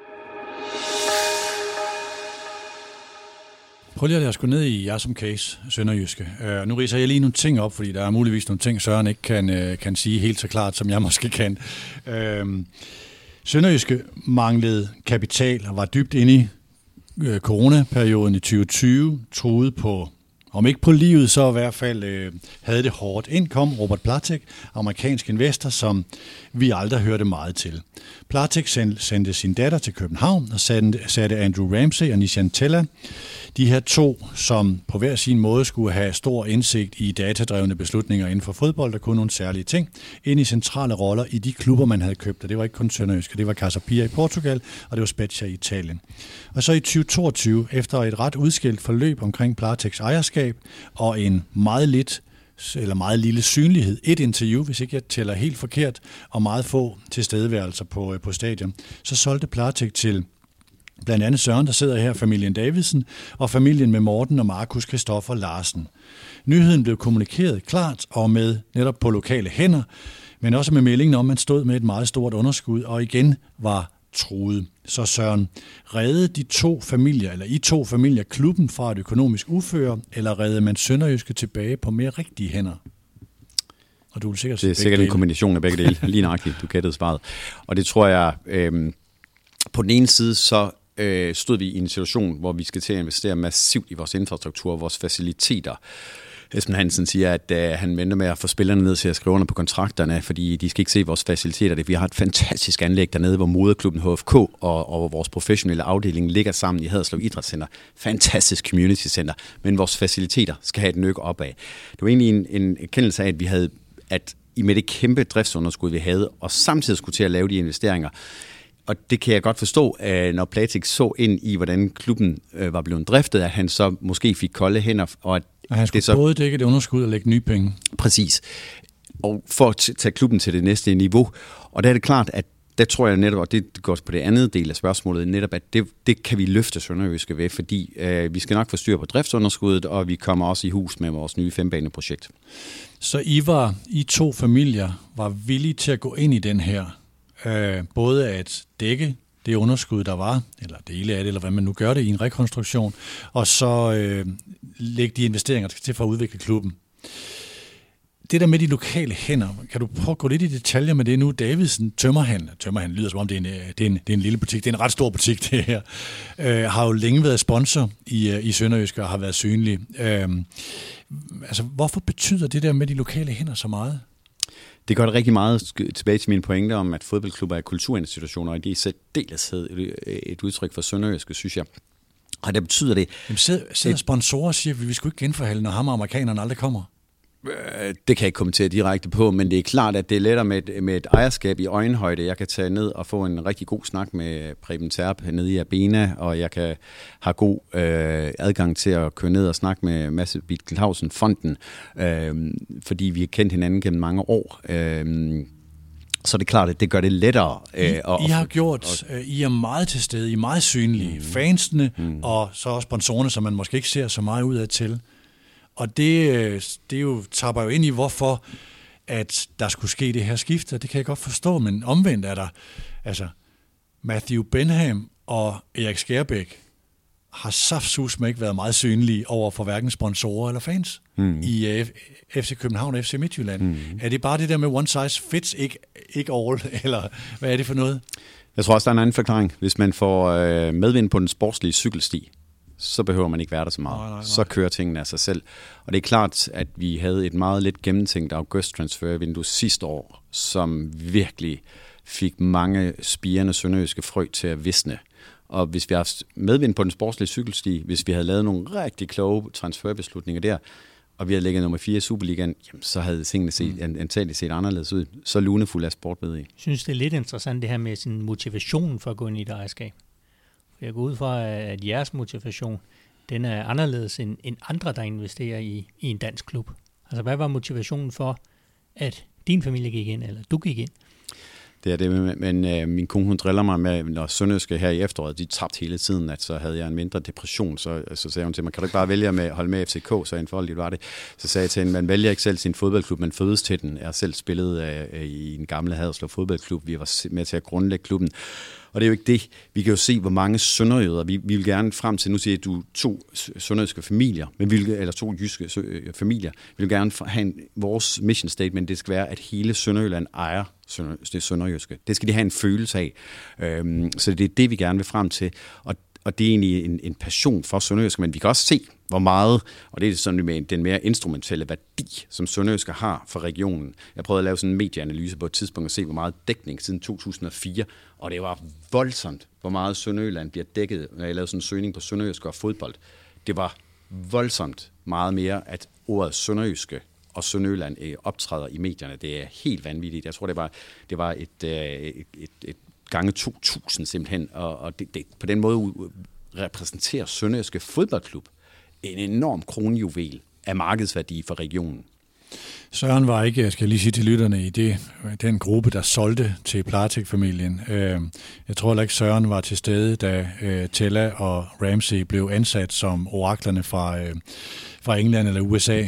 B: Prøv lige at lade os gå ned i jer som case, Sønderjyske. Nu ridser jeg lige nogle ting op, fordi der er muligvis nogle ting, Søren ikke kan sige helt så klart, som jeg måske kan. Sønderjyske manglede kapital og var dybt inde i coronaperioden i 2020, troede på, om ikke på livet, så i hvert fald havde det hårdt. Ind kom Robert Platek, amerikansk investor, som vi aldrig hørte meget til. Platek sendte sin datter til København og satte Andrew Ramsey og Nishan Tella, de her 2, som på hver sin måde skulle have stor indsigt i datadrevne beslutninger inden for fodbold og kun nogle særlige ting, ind i centrale roller i de klubber, man havde købt. Og det var ikke kun Sønderjyske, det var Casa Pia i Portugal, og det var Spezia i Italien. Og så i 2022, efter et ret udskilt forløb omkring Plateks ejerskab og en meget lille synlighed, et interview, hvis ikke jeg tæller helt forkert, og meget få tilstedeværelser på stadion, så solgte Platek til blandt andet Søren, der sidder her, familien Davidsen, og familien med Morten og Markus Christoffer Larsen. Nyheden blev kommunikeret klart og med netop på lokale hænder, men også med meldingen om, at man stod med et meget stort underskud, og igen var truet. Så Søren, reddede I to familier klubben fra et økonomisk uføre, eller reddede man Sønderjyske tilbage på mere rigtige hænder? Og du vil sikkert
F: det er sikkert en kombination af begge dele, lige nøjagtigt, du gættede svaret. Og det tror jeg, på den ene side, så stod vi i en situation, hvor vi skal til at investere massivt i vores infrastruktur og vores faciliteter. Esben Hansen siger, at han venter med at få spillerne ned til at skrive under på kontrakterne, fordi de skal ikke se vores faciliteter. Vi har et fantastisk anlæg dernede, hvor moderklubben HFK og vores professionelle afdeling ligger sammen i Haderslev Idrætscenter. Fantastisk community center, men vores faciliteter skal have et nyk opad. Det var egentlig en erkendelse af, at med det kæmpe driftsunderskud, vi havde, og samtidig skulle til at lave de investeringer. Og det kan jeg godt forstå, når Platek så ind i, hvordan klubben var blevet driftet, at han så måske fik kolde hænder. Og
B: han skulle så både dække det underskud og lægge nye penge.
F: Præcis. Og for at tage klubben til det næste niveau. Og der er det klart, at der tror jeg netop, og det går på det andet del af spørgsmålet, netop at det kan vi løfte Sønderjyske ved, fordi vi skal nok få styr på driftsunderskuddet, og vi kommer også i hus med vores nye 5-baneprojekt.
B: Så I 2 familier var villige til at gå ind i den her, både at dække det underskud, der var, eller dele af det, eller hvad man nu gør det i en rekonstruktion, og så lægge de investeringer til for at udvikle klubben. Det der med de lokale hænder, kan du prøve at gå lidt i detaljer med det nu? Davidsen, tømmerhandel lyder som om det er en lille butik, det er en ret stor butik det her, har jo længe været sponsor i Sønderjyske og har været synlig. Altså, hvorfor betyder det der med de lokale hænder så meget?
F: Det gør det rigtig meget tilbage til mine pointer om, at fodboldklubber er kulturinstitutioner, og det er i særdeleshed et udtryk for Sønderjyske, synes jeg. Og det betyder det...
B: Jamen sidder sponsorer og siger, at vi skulle ikke genforhandle, når ham og amerikanerne aldrig kommer?
F: Det kan jeg ikke kommentere direkte på, men det er klart, at det er lettere med et ejerskab i øjenhøjde. Jeg kan tage ned og få en rigtig god snak med Preben Terp nede i Abena, og jeg kan have god adgang til at køre ned og snakke med Mads Bittelhausen Fonden, fordi vi har kendt hinanden gennem mange år. Så det er klart, at det gør det lettere.
B: I er meget til stede, I er meget synlige. Fansene og så også sponsorerne, som man måske ikke ser så meget ud af til. Og det jo tapper jo ind i, hvorfor at der skulle ske det her skifte. Det kan jeg godt forstå, men omvendt er der, altså Matthew Benham og Erik Skærbæk har saftsus med ikke været meget synlige over for hverken sponsorer eller fans i FC København og FC Midtjylland. Er det bare det der med one size fits ikke all, eller hvad er det for noget?
F: Jeg tror også, der er en anden forklaring. Hvis man får medvind på den sportslige cykelsti, så behøver man ikke være der så meget. Nej. Så kører tingene af sig selv. Og det er klart, at vi havde et meget lidt gennemtænkt august-transfervindue sidste år, som virkelig fik mange spirende sønderjyske frø til at visne. Og hvis vi har haft medvind på den sportslige cykelsti, hvis vi havde lavet nogle rigtig kloge transferbeslutninger der, og vi havde ligget nummer 4 i Superligaen, jamen, så havde tingene antageligt set anderledes ud. Så lunefuld af sport ved I.
E: Jeg synes, det er lidt interessant det her med sin motivation for at gå ind i et ejerskab. Jeg går ud fra, at jeres motivation, den er anderledes end andre, der investerer i en dansk klub. Altså, hvad var motivationen for, at din familie gik ind, eller du gik ind?
F: Det er det, men min kone, hun driller mig med, når Sønderjyske her i efteråret, de tabte hele tiden, at så havde jeg en mindre depression, så sagde hun til mig, kan du ikke bare vælge at holde med FCK, så enfoldigt var det. Så sagde jeg til hende, man vælger ikke selv sin fodboldklub, man fødes til den. Jeg har selv spillet i en gamle Haderslev fodboldklub, vi var med til at grundlægge klubben. Og det er jo ikke det. Vi kan jo se, hvor mange sønderjyder, vi vil gerne frem til, nu siger jeg, du 2 sønderjyske familier, eller 2 jyske familier, vi vil gerne have vores mission statement, det skal være, at hele Sønderjylland ejer det sønderjyske. Det skal de have en følelse af. Så det er det, vi gerne vil frem til. Og det er egentlig en passion for sønderjyske, men vi kan også se, hvor meget, og det er sådan med den mere instrumentelle værdi, som sønderjyske har for regionen. Jeg prøvede at lave sådan en medieanalyse på et tidspunkt og se, hvor meget dækning siden 2004, og det var voldsomt, hvor meget Sønderjylland bliver dækket, når jeg lavede sådan en søgning på sønderjyske og fodbold. Det var voldsomt meget mere, at ordet sønderjyske og Sønderjylland optræder i medierne. Det er helt vanvittigt. Jeg tror, det var et gange 2.000 simpelthen, og det på den måde repræsenterer Sønderjyske fodboldklub en enorm kronjuvel af markedsværdi for regionen.
B: Søren var ikke, jeg skal lige sige til lytterne, i den gruppe, der solgte til Plartek-familien. Jeg tror heller ikke, Søren var til stede, da Tella og Ramsey blev ansat som oraklerne fra England eller USA.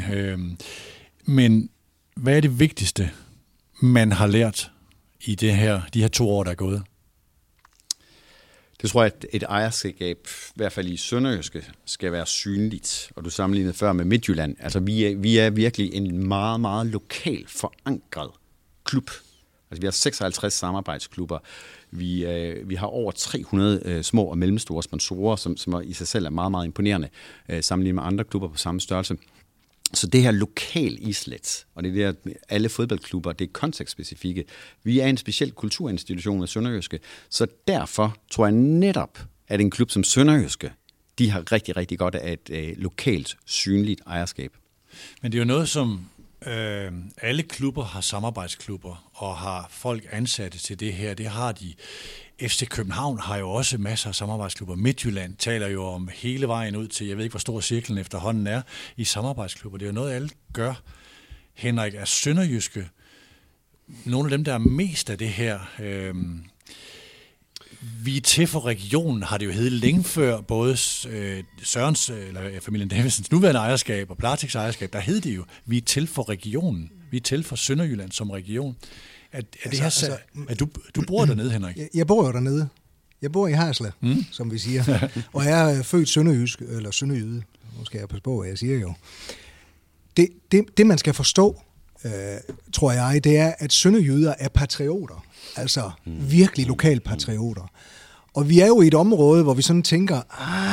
B: Men hvad er det vigtigste, man har lært i de her 2 år, der er gået?
F: Det tror jeg, at et ejerskab, i hvert fald i Sønderjyske, skal være synligt. Og du sammenlignede før med Midtjylland. Altså, vi er virkelig en meget, meget lokal forankret klub. Altså, vi har 56 samarbejdsklubber. Vi har over 300 små og mellemstore sponsorer, som i sig selv er meget, meget imponerende, sammenlignet med andre klubber på samme størrelse. Så det her lokal islet, og det er der, alle fodboldklubber, det er kontekstspecifikke. Vi er en speciel kulturinstitution af Sønderjyske, så derfor tror jeg netop, at en klub som Sønderjyske, de har rigtig, rigtig godt af et lokalt, synligt ejerskab.
B: Men det er jo noget, som alle klubber har samarbejdsklubber, og har folk ansatte til det her. Det har de. FC København har jo også masser af samarbejdsklubber. Midtjylland taler jo om hele vejen ud til, jeg ved ikke, hvor stor cirklen efterhånden er, i samarbejdsklubber. Det er jo noget, alle gør. Henrik, er Sønderjyske nogle af dem, der er mest af det her? Vi er til for regionen, har det jo heddet længe før, både Sørens, eller familien Davidsens nuværende ejerskab og Plarteks ejerskab, der hed det jo, vi er til for regionen. Vi er til for Sønderjylland som region. Du bor dernede, Henrik?
C: Jeg bor jo dernede. Jeg bor i Haderslev, som vi siger. Og jeg er født sønderjysk, eller sønderjyde. Nu skal jeg passe på, hvad jeg siger jo. Det man skal forstå, tror jeg, det er, at sønderjyder er patrioter. Altså virkelig lokale patrioter. Og vi er jo i et område, hvor vi sådan tænker,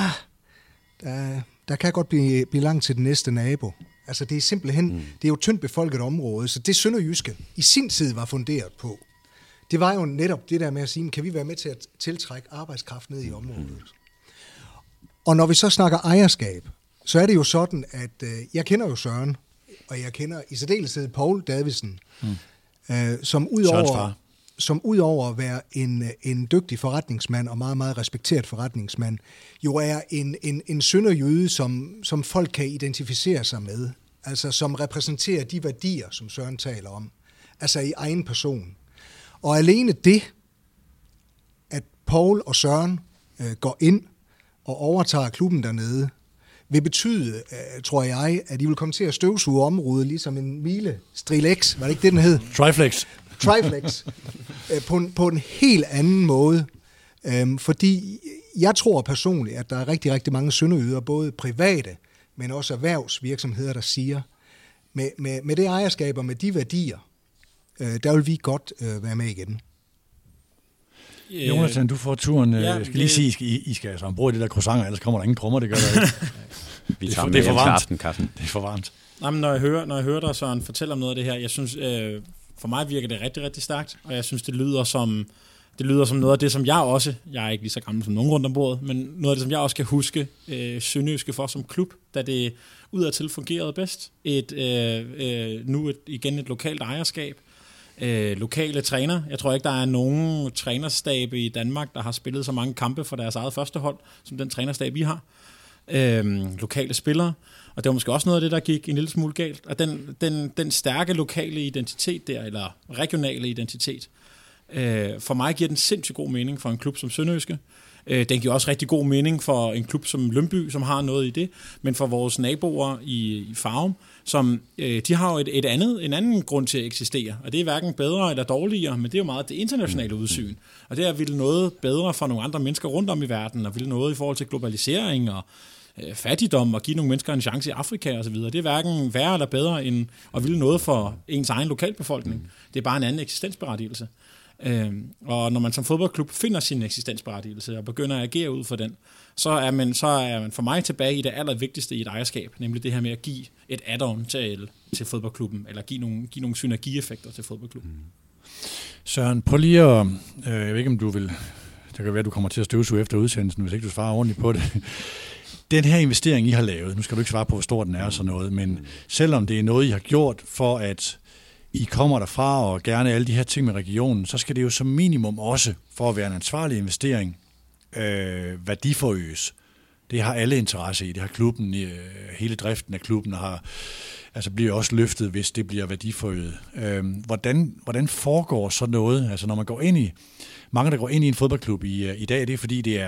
C: der kan godt blive langt til den næste nabo. Altså det er simpelthen, det er jo tyndt befolket område, så det Sønderjyske i sin tid var funderet på, det var jo netop det der med at sige, kan vi være med til at tiltrække arbejdskraft ned i området? Og når vi så snakker ejerskab, så er det jo sådan, at jeg kender jo Søren, og jeg kender i særdeleshed Poul Davidsen, som udover at være en dygtig forretningsmand og meget, meget respekteret forretningsmand, jo er en sønderjyde, som folk kan identificere sig med. Altså som repræsenterer de værdier, som Søren taler om. Altså i egen person. Og alene det, at Poul og Søren går ind og overtager klubben dernede, vil betyde, tror jeg, at de vil komme til at støvsuge området, ligesom en Miele Strilex, var det ikke det, den hed? Triflex. På en helt anden måde. Fordi jeg tror personligt, at der er rigtig, rigtig mange sønderjyder, både private, men også erhvervsvirksomheder, der siger, med det ejerskab og med de værdier, der vil vi godt være med igen.
B: Jonathan, du får turen. Jeg skal lige sige, I skal altså ombord i det der croissanter, ellers kommer der ingen trommer, det gør der ikke.
F: Vi tager
B: det er for
F: varmt.
B: Det er for varmt.
G: Jamen, når jeg hører dig, Søren, fortælle om noget af det her, jeg synes, for mig virker det rigtig, rigtig stærkt, og jeg synes, det lyder som noget af det, som jeg er ikke lige så gammel som nogen rundt om bordet, men noget af det, som jeg også kan huske Sønderjyske for som klub, da det udadtil fungerede bedst. Igen et lokalt ejerskab, lokale træner. Jeg tror ikke, der er nogen trænerstabe i Danmark, der har spillet så mange kampe for deres eget første hold, som den trænerstab, vi har. Lokale spillere, og det var måske også noget af det, der gik en lille smule galt. Og den stærke lokale identitet der, eller regionale identitet, for mig giver den sindssygt god mening for en klub som Sønderjyske. Den giver også rigtig god mening for en klub som Lyngby, som har noget i det, men for vores naboer i Farum, som de har jo en anden grund til at eksistere, og det er hverken bedre eller dårligere, men det er jo meget det internationale udsyn, og det er at ville noget bedre for nogle andre mennesker rundt om i verden, og ville noget i forhold til globalisering og fattigdom, og give nogle mennesker en chance i Afrika og så videre. Det er hverken værre eller bedre end at ville noget for ens egen lokalbefolkning. Det er bare en anden eksistensberettigelse. Og når man som fodboldklub finder sin eksistensberettigelse og begynder at agere ud for den, så er man for mig tilbage i det allervigtigste i et ejerskab, nemlig det her med at give et add-on til fodboldklubben, eller give nogle synergieffekter til fodboldklubben.
B: Søren, prøv lige at, jeg ved ikke om du vil, det kan være, du kommer til at støvsuge efter udsendelsen, hvis ikke du svarer ordentligt på det. Den her investering, I har lavet, nu skal du ikke svare på, hvor stor den er og sådan noget, men selvom det er noget, I har gjort for at I kommer derfra og gerne alle de her ting med regionen, så skal det jo som minimum også, for at være en ansvarlig investering, værdiforøges. Det har alle interesse i. Det har klubben, hele driften af klubben bliver også løftet, hvis det bliver værdiforøget. Hvordan foregår så noget? Altså når man går ind i, mange der går ind i en fodboldklub i dag, det er fordi det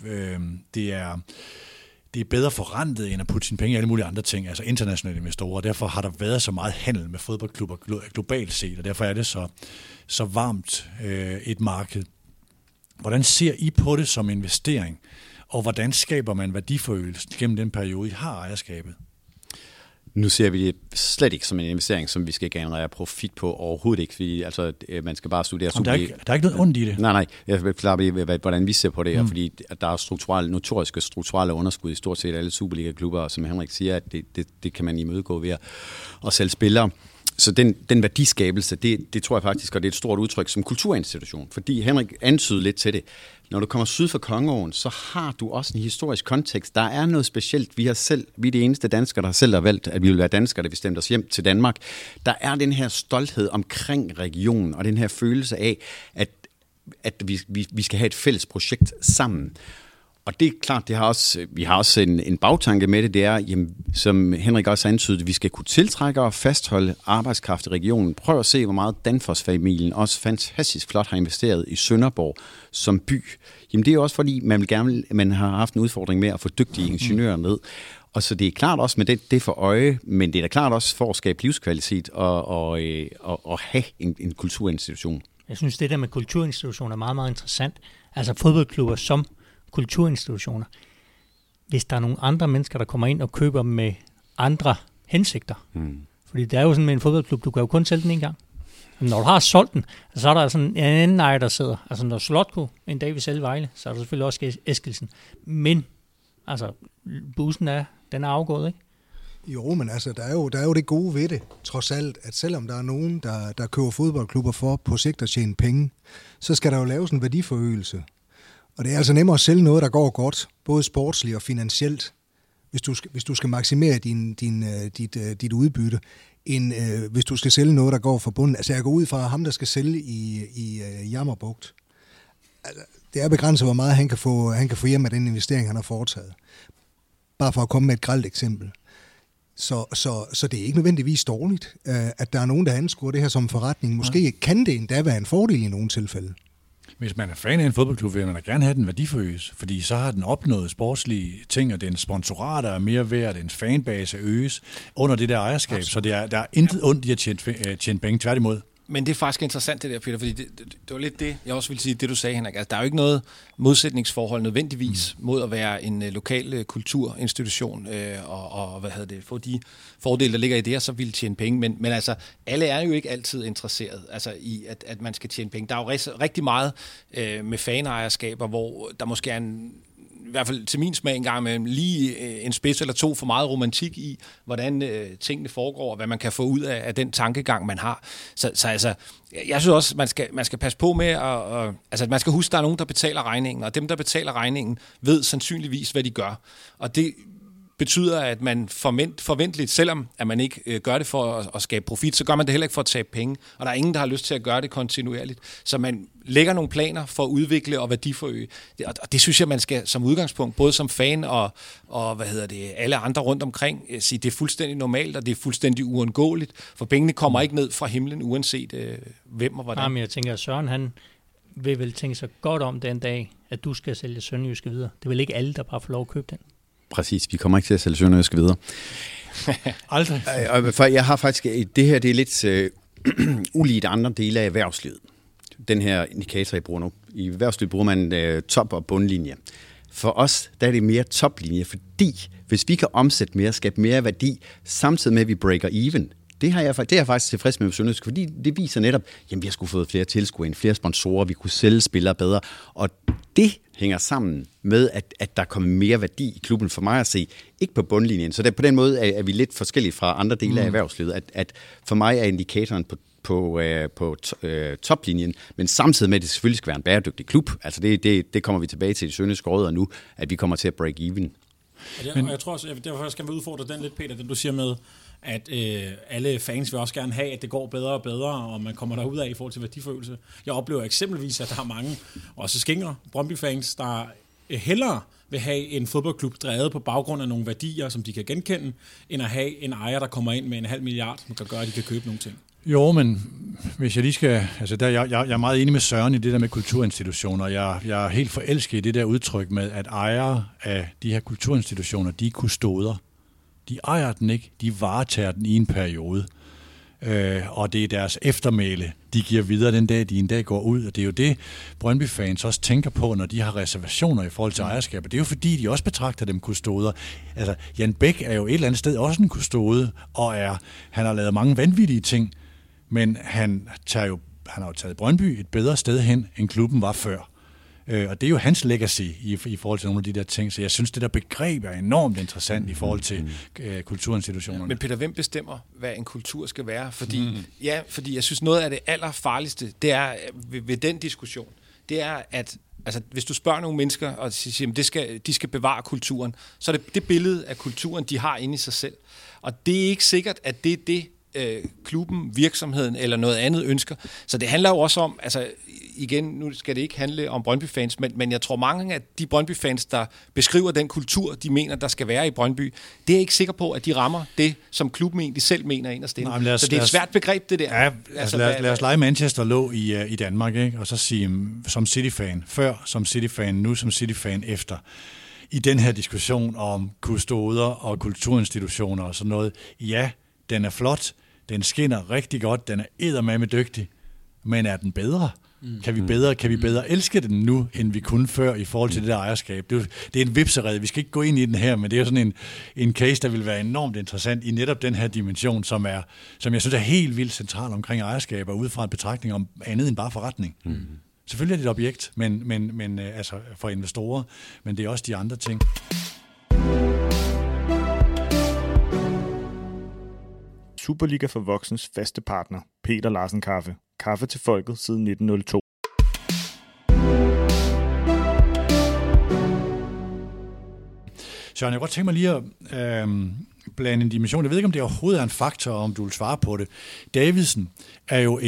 B: er bedre forrentet end at putte sine penge i alle mulige andre ting, altså internationale investorer. Derfor har der været så meget handel med fodboldklubber globalt set, og derfor er det så varmt et marked. Hvordan ser I på det som investering, og hvordan skaber man værdiforøgelse gennem den periode, I har ejerskabet?
F: Nu ser vi det slet ikke som en investering, som vi skal generere profit på overhovedet ikke, fordi altså, man skal bare studere...
B: Der er ikke noget ondt i det?
F: Nej, jeg vil klare, hvordan vi ser på det, fordi at der er notoriske strukturelle underskud i stort set alle Superliga-klubber, og som Henrik siger, at det kan man imødegå ved at sælge spillere. Så den værdiskabelse, det tror jeg faktisk, og det er et stort udtryk som kulturinstitution, fordi Henrik antydede lidt til det. Når du kommer syd for Kongeåen, så har du også en historisk kontekst. Der er noget specielt. Vi er de eneste danskere, der selv har valgt, at vi vil være danskere, der vi stemte os hjem til Danmark. Der er den her stolthed omkring regionen, og den her følelse af, at vi skal have et fælles projekt sammen. Og det er klart, vi har også en bagtanke med det, er, jamen, som Henrik også antydede, vi skal kunne tiltrække og fastholde arbejdskraft i regionen. Prøv at se, hvor meget Danfoss-familien også fantastisk flot har investeret i Sønderborg som by. Jamen det er også fordi, man har haft en udfordring med at få dygtige ingeniører ned. Og så det er klart også med det for øje, men det er da klart også for at skabe livskvalitet og have en kulturinstitution.
E: Jeg synes, det der med kulturinstitutioner er meget, meget interessant. Altså fodboldklubber som kulturinstitutioner. Hvis der er nogle andre mennesker, der kommer ind og køber med andre hensigter. Fordi det er jo sådan med en fodboldklub, du kan jo kun sælge den en gang. Men når du har solgt den, så er der sådan en anden ejer, der sidder. Altså når Slotko en dag vil sælge Vejle, så er der selvfølgelig også Eskilsen. Men altså, bussen den er afgået, ikke?
C: Jo, men altså, der er jo det gode ved det, trods alt, at selvom der er nogen, der køber fodboldklubber for på sigt at tjene penge, så skal der jo laves en værdiforøgelse. Og det er altså nemmere at sælge noget, der går godt, både sportsligt og finansielt, hvis du skal maksimere dit udbytte, end hvis du skal sælge noget, der går for bunden. Altså jeg går ud fra ham, der skal sælge i Jammerbugt. Altså, det er begrænset, hvor meget han kan få hjem af den investering, han har foretaget. Bare for at komme med et grelt eksempel. Så det er ikke nødvendigvis dårligt, at der er nogen, der anskuer det her som forretning. Måske kan det endda være en fordel i nogle tilfælde.
B: Hvis man er fan af en fodboldklub, vil man da gerne have den værdiforøges, fordi så har den opnået sportslige ting, og den sponsorater er mere værd, dens fanbase øges under det der ejerskab. Absolut. Så der er intet ondt i at tjene penge, tværtimod.
D: Men det er faktisk interessant det der, Peter, fordi det var lidt det, jeg også ville sige, det du sagde, Henrik. Altså, der er jo ikke noget modsætningsforhold nødvendigvis mod at være en lokal kulturinstitution og få de fordele, der ligger i det, og så ville tjene penge. Men altså, alle er jo ikke altid interesseret altså, i, at man skal tjene penge. Der er jo rigtig meget med fanejerskaber, hvor der måske er i hvert fald til min smag en gang med lige en spids eller to for meget romantik i, hvordan tingene foregår, og hvad man kan få ud af den tankegang, man har. Så altså, jeg synes også, man skal passe på med, altså man skal huske, at der er nogen, der betaler regningen, og dem, der betaler regningen, ved sandsynligvis, hvad de gør. Og det betyder, at man forventeligt, selvom at man ikke gør det for at skabe profit, så gør man det heller ikke for at tabe penge. Og der er ingen, der har lyst til at gøre det kontinuerligt. Så man lægger nogle planer for at udvikle og værdiforøge. Og det synes jeg, man skal som udgangspunkt, både som fan og alle andre rundt omkring, sige, det er fuldstændig normalt, og det er fuldstændig uundgåeligt, for pengene kommer ikke ned fra himlen, uanset hvem og hvordan.
E: Jamen, jeg tænker, at Søren, han vil vel tænke sig godt om den dag, at du skal sælge Sønderjyske videre. Det er vel ikke alle, der bare får lov at købe den?
F: Præcis, vi kommer ikke til at sælge Sønderjyske videre.
E: Aldrig.
F: Jeg har faktisk, det her det er lidt uligt andre dele af erhvervslivet. Den her indikator, jeg bruger nu. I erhvervslivet bruger man top- og bundlinje. For os, der er det mere toplinje, fordi hvis vi kan omsætte mere, skabe mere værdi, samtidig med, at vi breaker even, det er jeg faktisk tilfreds med Sønderjysk, fordi det viser netop, at vi har skulle fået flere tilskuere ind, flere sponsorer, vi kunne sælge spillere bedre, og det hænger sammen med, at der kommer mere værdi i klubben for mig at se, ikke på bundlinjen. Så på den måde er vi lidt forskellige fra andre dele af erhvervslivet, at for mig er indikatoren på toplinjen, men samtidig med, at det selvfølgelig skal være en bæredygtig klub. Altså det kommer vi tilbage til i Sønderjyske Rødder nu, at vi kommer til at break even.
G: Og jeg tror også, derfor skal vi udfordre den lidt, Peter, den du siger med, at alle fans vil også gerne have, at det går bedre og bedre, og man kommer derud af i forhold til værdiforøgelse. Jeg oplever eksempelvis, at der er mange, også skingre, Brøndby-fans, der hellere vil have en fodboldklub drevet på baggrund af nogle værdier, som de kan genkende, end at have en ejer, der kommer ind med 500 million, som kan gøre, at de kan købe nogle ting.
B: Jo, men hvis jeg lige skal... Altså jeg er meget enig med Søren i det der med kulturinstitutioner. Jeg er helt forelsket i det der udtryk med, at ejere af de her kulturinstitutioner, de er kustoder. De ejer den ikke, de varetager den i en periode. Og det er deres eftermæle, de giver videre den dag, de en dag går ud. Og det er jo det, Brøndby-fans også tænker på, når de har reservationer i forhold til ejerskaber. Det er jo fordi, de også betragter dem kustoder. Altså, Jan Bæk er jo et eller andet sted også en kustode, og han har lavet mange vanvittige ting, men han har jo taget Brøndby et bedre sted hen, end klubben var før. Og det er jo hans legacy i forhold til nogle af de der ting. Så jeg synes, det der begreb er enormt interessant i forhold til kulturinstitutionerne.
D: Men Peter, hvem bestemmer, hvad en kultur skal være? Fordi jeg synes, noget af det allerfarligste, det er ved den diskussion, det er, at altså, hvis du spørger nogle mennesker, og siger, at de skal bevare kulturen, så er det billede af kulturen, de har inde i sig selv. Og det er ikke sikkert, at det er det, klubben, virksomheden eller noget andet ønsker. Så det handler jo også om, altså igen, nu skal det ikke handle om Brøndby-fans, men jeg tror mange af de Brøndby-fans, der beskriver den kultur, de mener, der skal være i Brøndby, det er ikke sikker på, at de rammer det, som klubben egentlig selv mener inderst inde. Så det er et svært begreb, det der.
B: Ja, altså, lad os lege Manchester lå i Danmark, ikke? Og så sige, som City-fan før, som City-fan nu, som City-fan efter. I den her diskussion om kustoder og kulturinstitutioner og sådan noget, ja, den er flot, den skinner rigtig godt, den er eddermame dygtig, men er den bedre? Kan vi bedre elske den nu, end vi kunne før i forhold til det der ejerskab? Det er en vipserede, vi skal ikke gå ind i den her, men det er jo sådan en case, der vil være enormt interessant i netop den her dimension, som jeg synes er helt vildt central omkring ejerskaber, ud fra en betragtning om andet end bare forretning. Selvfølgelig er det et objekt, men altså for investorer, men det er også de andre ting.
H: Superliga for Voksens faste partner, Peter Larsen Kaffe. Kaffe til folket siden 1902.
B: Søren, jeg kunne godt tænke mig lige at blande en dimension. Jeg ved ikke, om det overhovedet er en faktor, om du vil svare på det. Davidsen er jo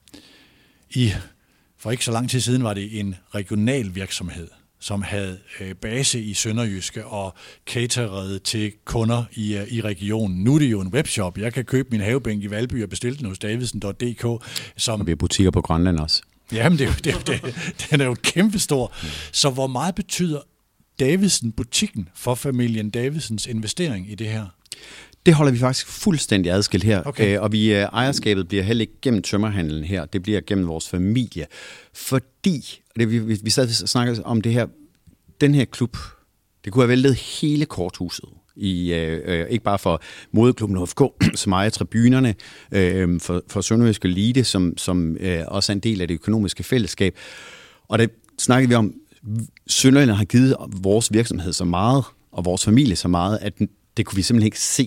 B: for ikke så lang tid siden var det en regional virksomhed, som havde base i Sønderjyske og caterede til kunder i regionen. Nu er det jo en webshop. Jeg kan købe min havebænk i Valby og bestille den hos davidsen.dk.
F: Og vi har butikker på Grønland også.
B: Jamen, den er jo kæmpestor. Så hvor meget betyder Davidsen-butikken for familien Davidsens investering i det her?
F: Det holder vi faktisk fuldstændig adskilt her,
B: Okay.
F: og ejerskabet bliver heller ikke gennem tømmerhandlen her, det bliver gennem vores familie, fordi, og vi sad og snakkede om det her, den her klub, det kunne have væltet hele korthuset, ikke bare for modeklubben HFK, som ejer tribunerne, for Sønderjyske Elite, som også er en del af det økonomiske fællesskab, og der snakkede vi om, Sønderjylland har givet vores virksomhed så meget, og vores familie så meget, at det kunne vi simpelthen ikke se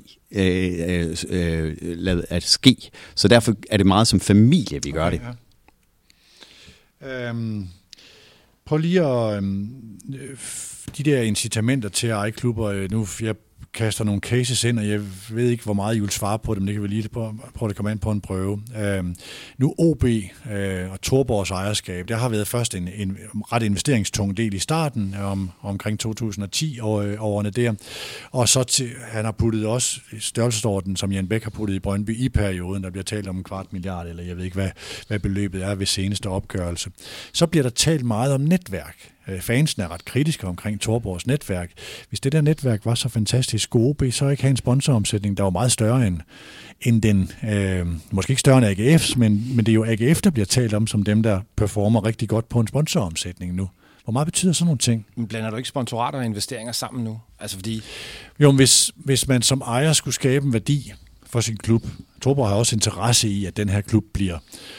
F: at ske. Så derfor er det meget som familie, vi gør det.
B: Ja. Prøv lige at... de der incitamenter til at eje klubber, nu jeg kaster nogle cases ind, og jeg ved ikke, hvor meget I vil svare på dem, det kan vi lige prøve at komme an på en prøve. Nu OB og Torborgs ejerskab, der har været først en ret investeringstung del i starten, omkring 2010 årene der, og så han har puttet også størrelsesorden, som Jan Bæk har puttet i Brøndby i perioden, der bliver talt om 250 milliarder, eller jeg ved ikke, hvad beløbet er ved seneste opgørelse. Så bliver der talt meget om netværk. Fansen er ret kritiske omkring Torborgs netværk. Hvis det der netværk var så fantastisk, skulle OB så ikke have en sponsoromsætning, der var meget større end den, måske ikke større end AGF's, men det er jo AGF, der bliver talt om som dem, der performer rigtig godt på en sponsoromsætning nu. Hvor meget betyder sådan nogle ting?
D: Men blander du ikke sponsorater og investeringer sammen nu? Altså fordi...
B: Jo, hvis man som ejer skulle skabe en værdi for sin klub, Torborg har også interesse i, at den her klub bliver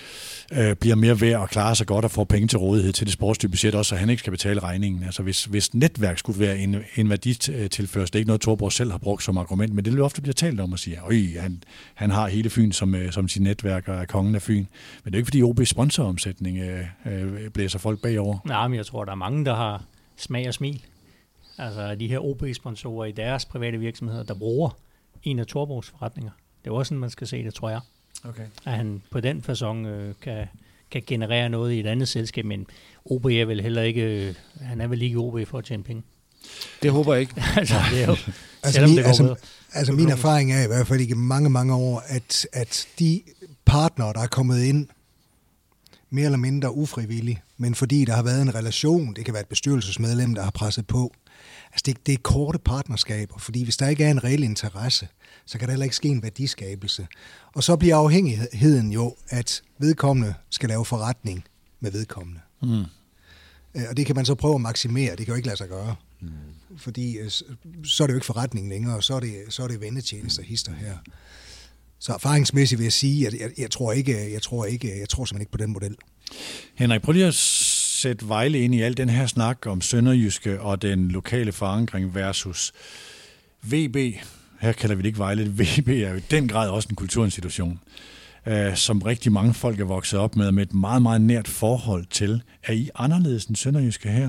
B: mere værd og klarer sig godt og får penge til rådighed til det sportslige budget også, så han ikke skal betale regningen. Altså hvis netværk skulle være en værditilførsel, det er ikke noget, Torborg selv har brugt som argument, men det vil ofte blive talt om at sige, han har hele Fyn som sit netværk og er kongen af Fyn. Men det er ikke fordi OB's sponsoromsætning blæser folk bagover. Nej,
E: men jeg tror, der er mange, der har smag og smil. Altså de her OB-sponsorer i deres private virksomheder, der bruger en af Torborgs forretninger. Det er også sådan, man skal se det, tror jeg. Okay. At han på den facon kan generere noget i et andet selskab, men OB er vel heller ikke, han er vel ikke OB for at tjene penge.
D: Det håber jeg ikke.
E: Det er jo,
C: altså min erfaring er i hvert fald ikke mange år, at de partnere, der er kommet ind, mere eller mindre ufrivilligt, men fordi der har været en relation, det kan være et bestyrelsesmedlem, der har presset på. Altså det er korte partnerskaber, fordi hvis der ikke er en reel interesse, så kan der heller ikke ske en værdiskabelse. Og så bliver afhængigheden jo, at vedkommende skal lave forretning med vedkommende. Mm. Og det kan man så prøve at maksimere, det kan jo ikke lade sig gøre. Mm. Fordi så er det jo ikke forretning længere, og så er det vendetjenester hister her. Så erfaringsmæssigt vil jeg sige, at jeg tror simpelthen ikke på den model.
B: Henrik, prøv lige at sætte Vejle ind i al den her snak om Sønderjyske og den lokale forankring versus VB. Her kalder vi det ikke Vejle. VB er jo i den grad også en kulturinstitution, som rigtig mange folk er vokset op med et meget, meget nært forhold til. Er I anderledes end Sønderjyske her?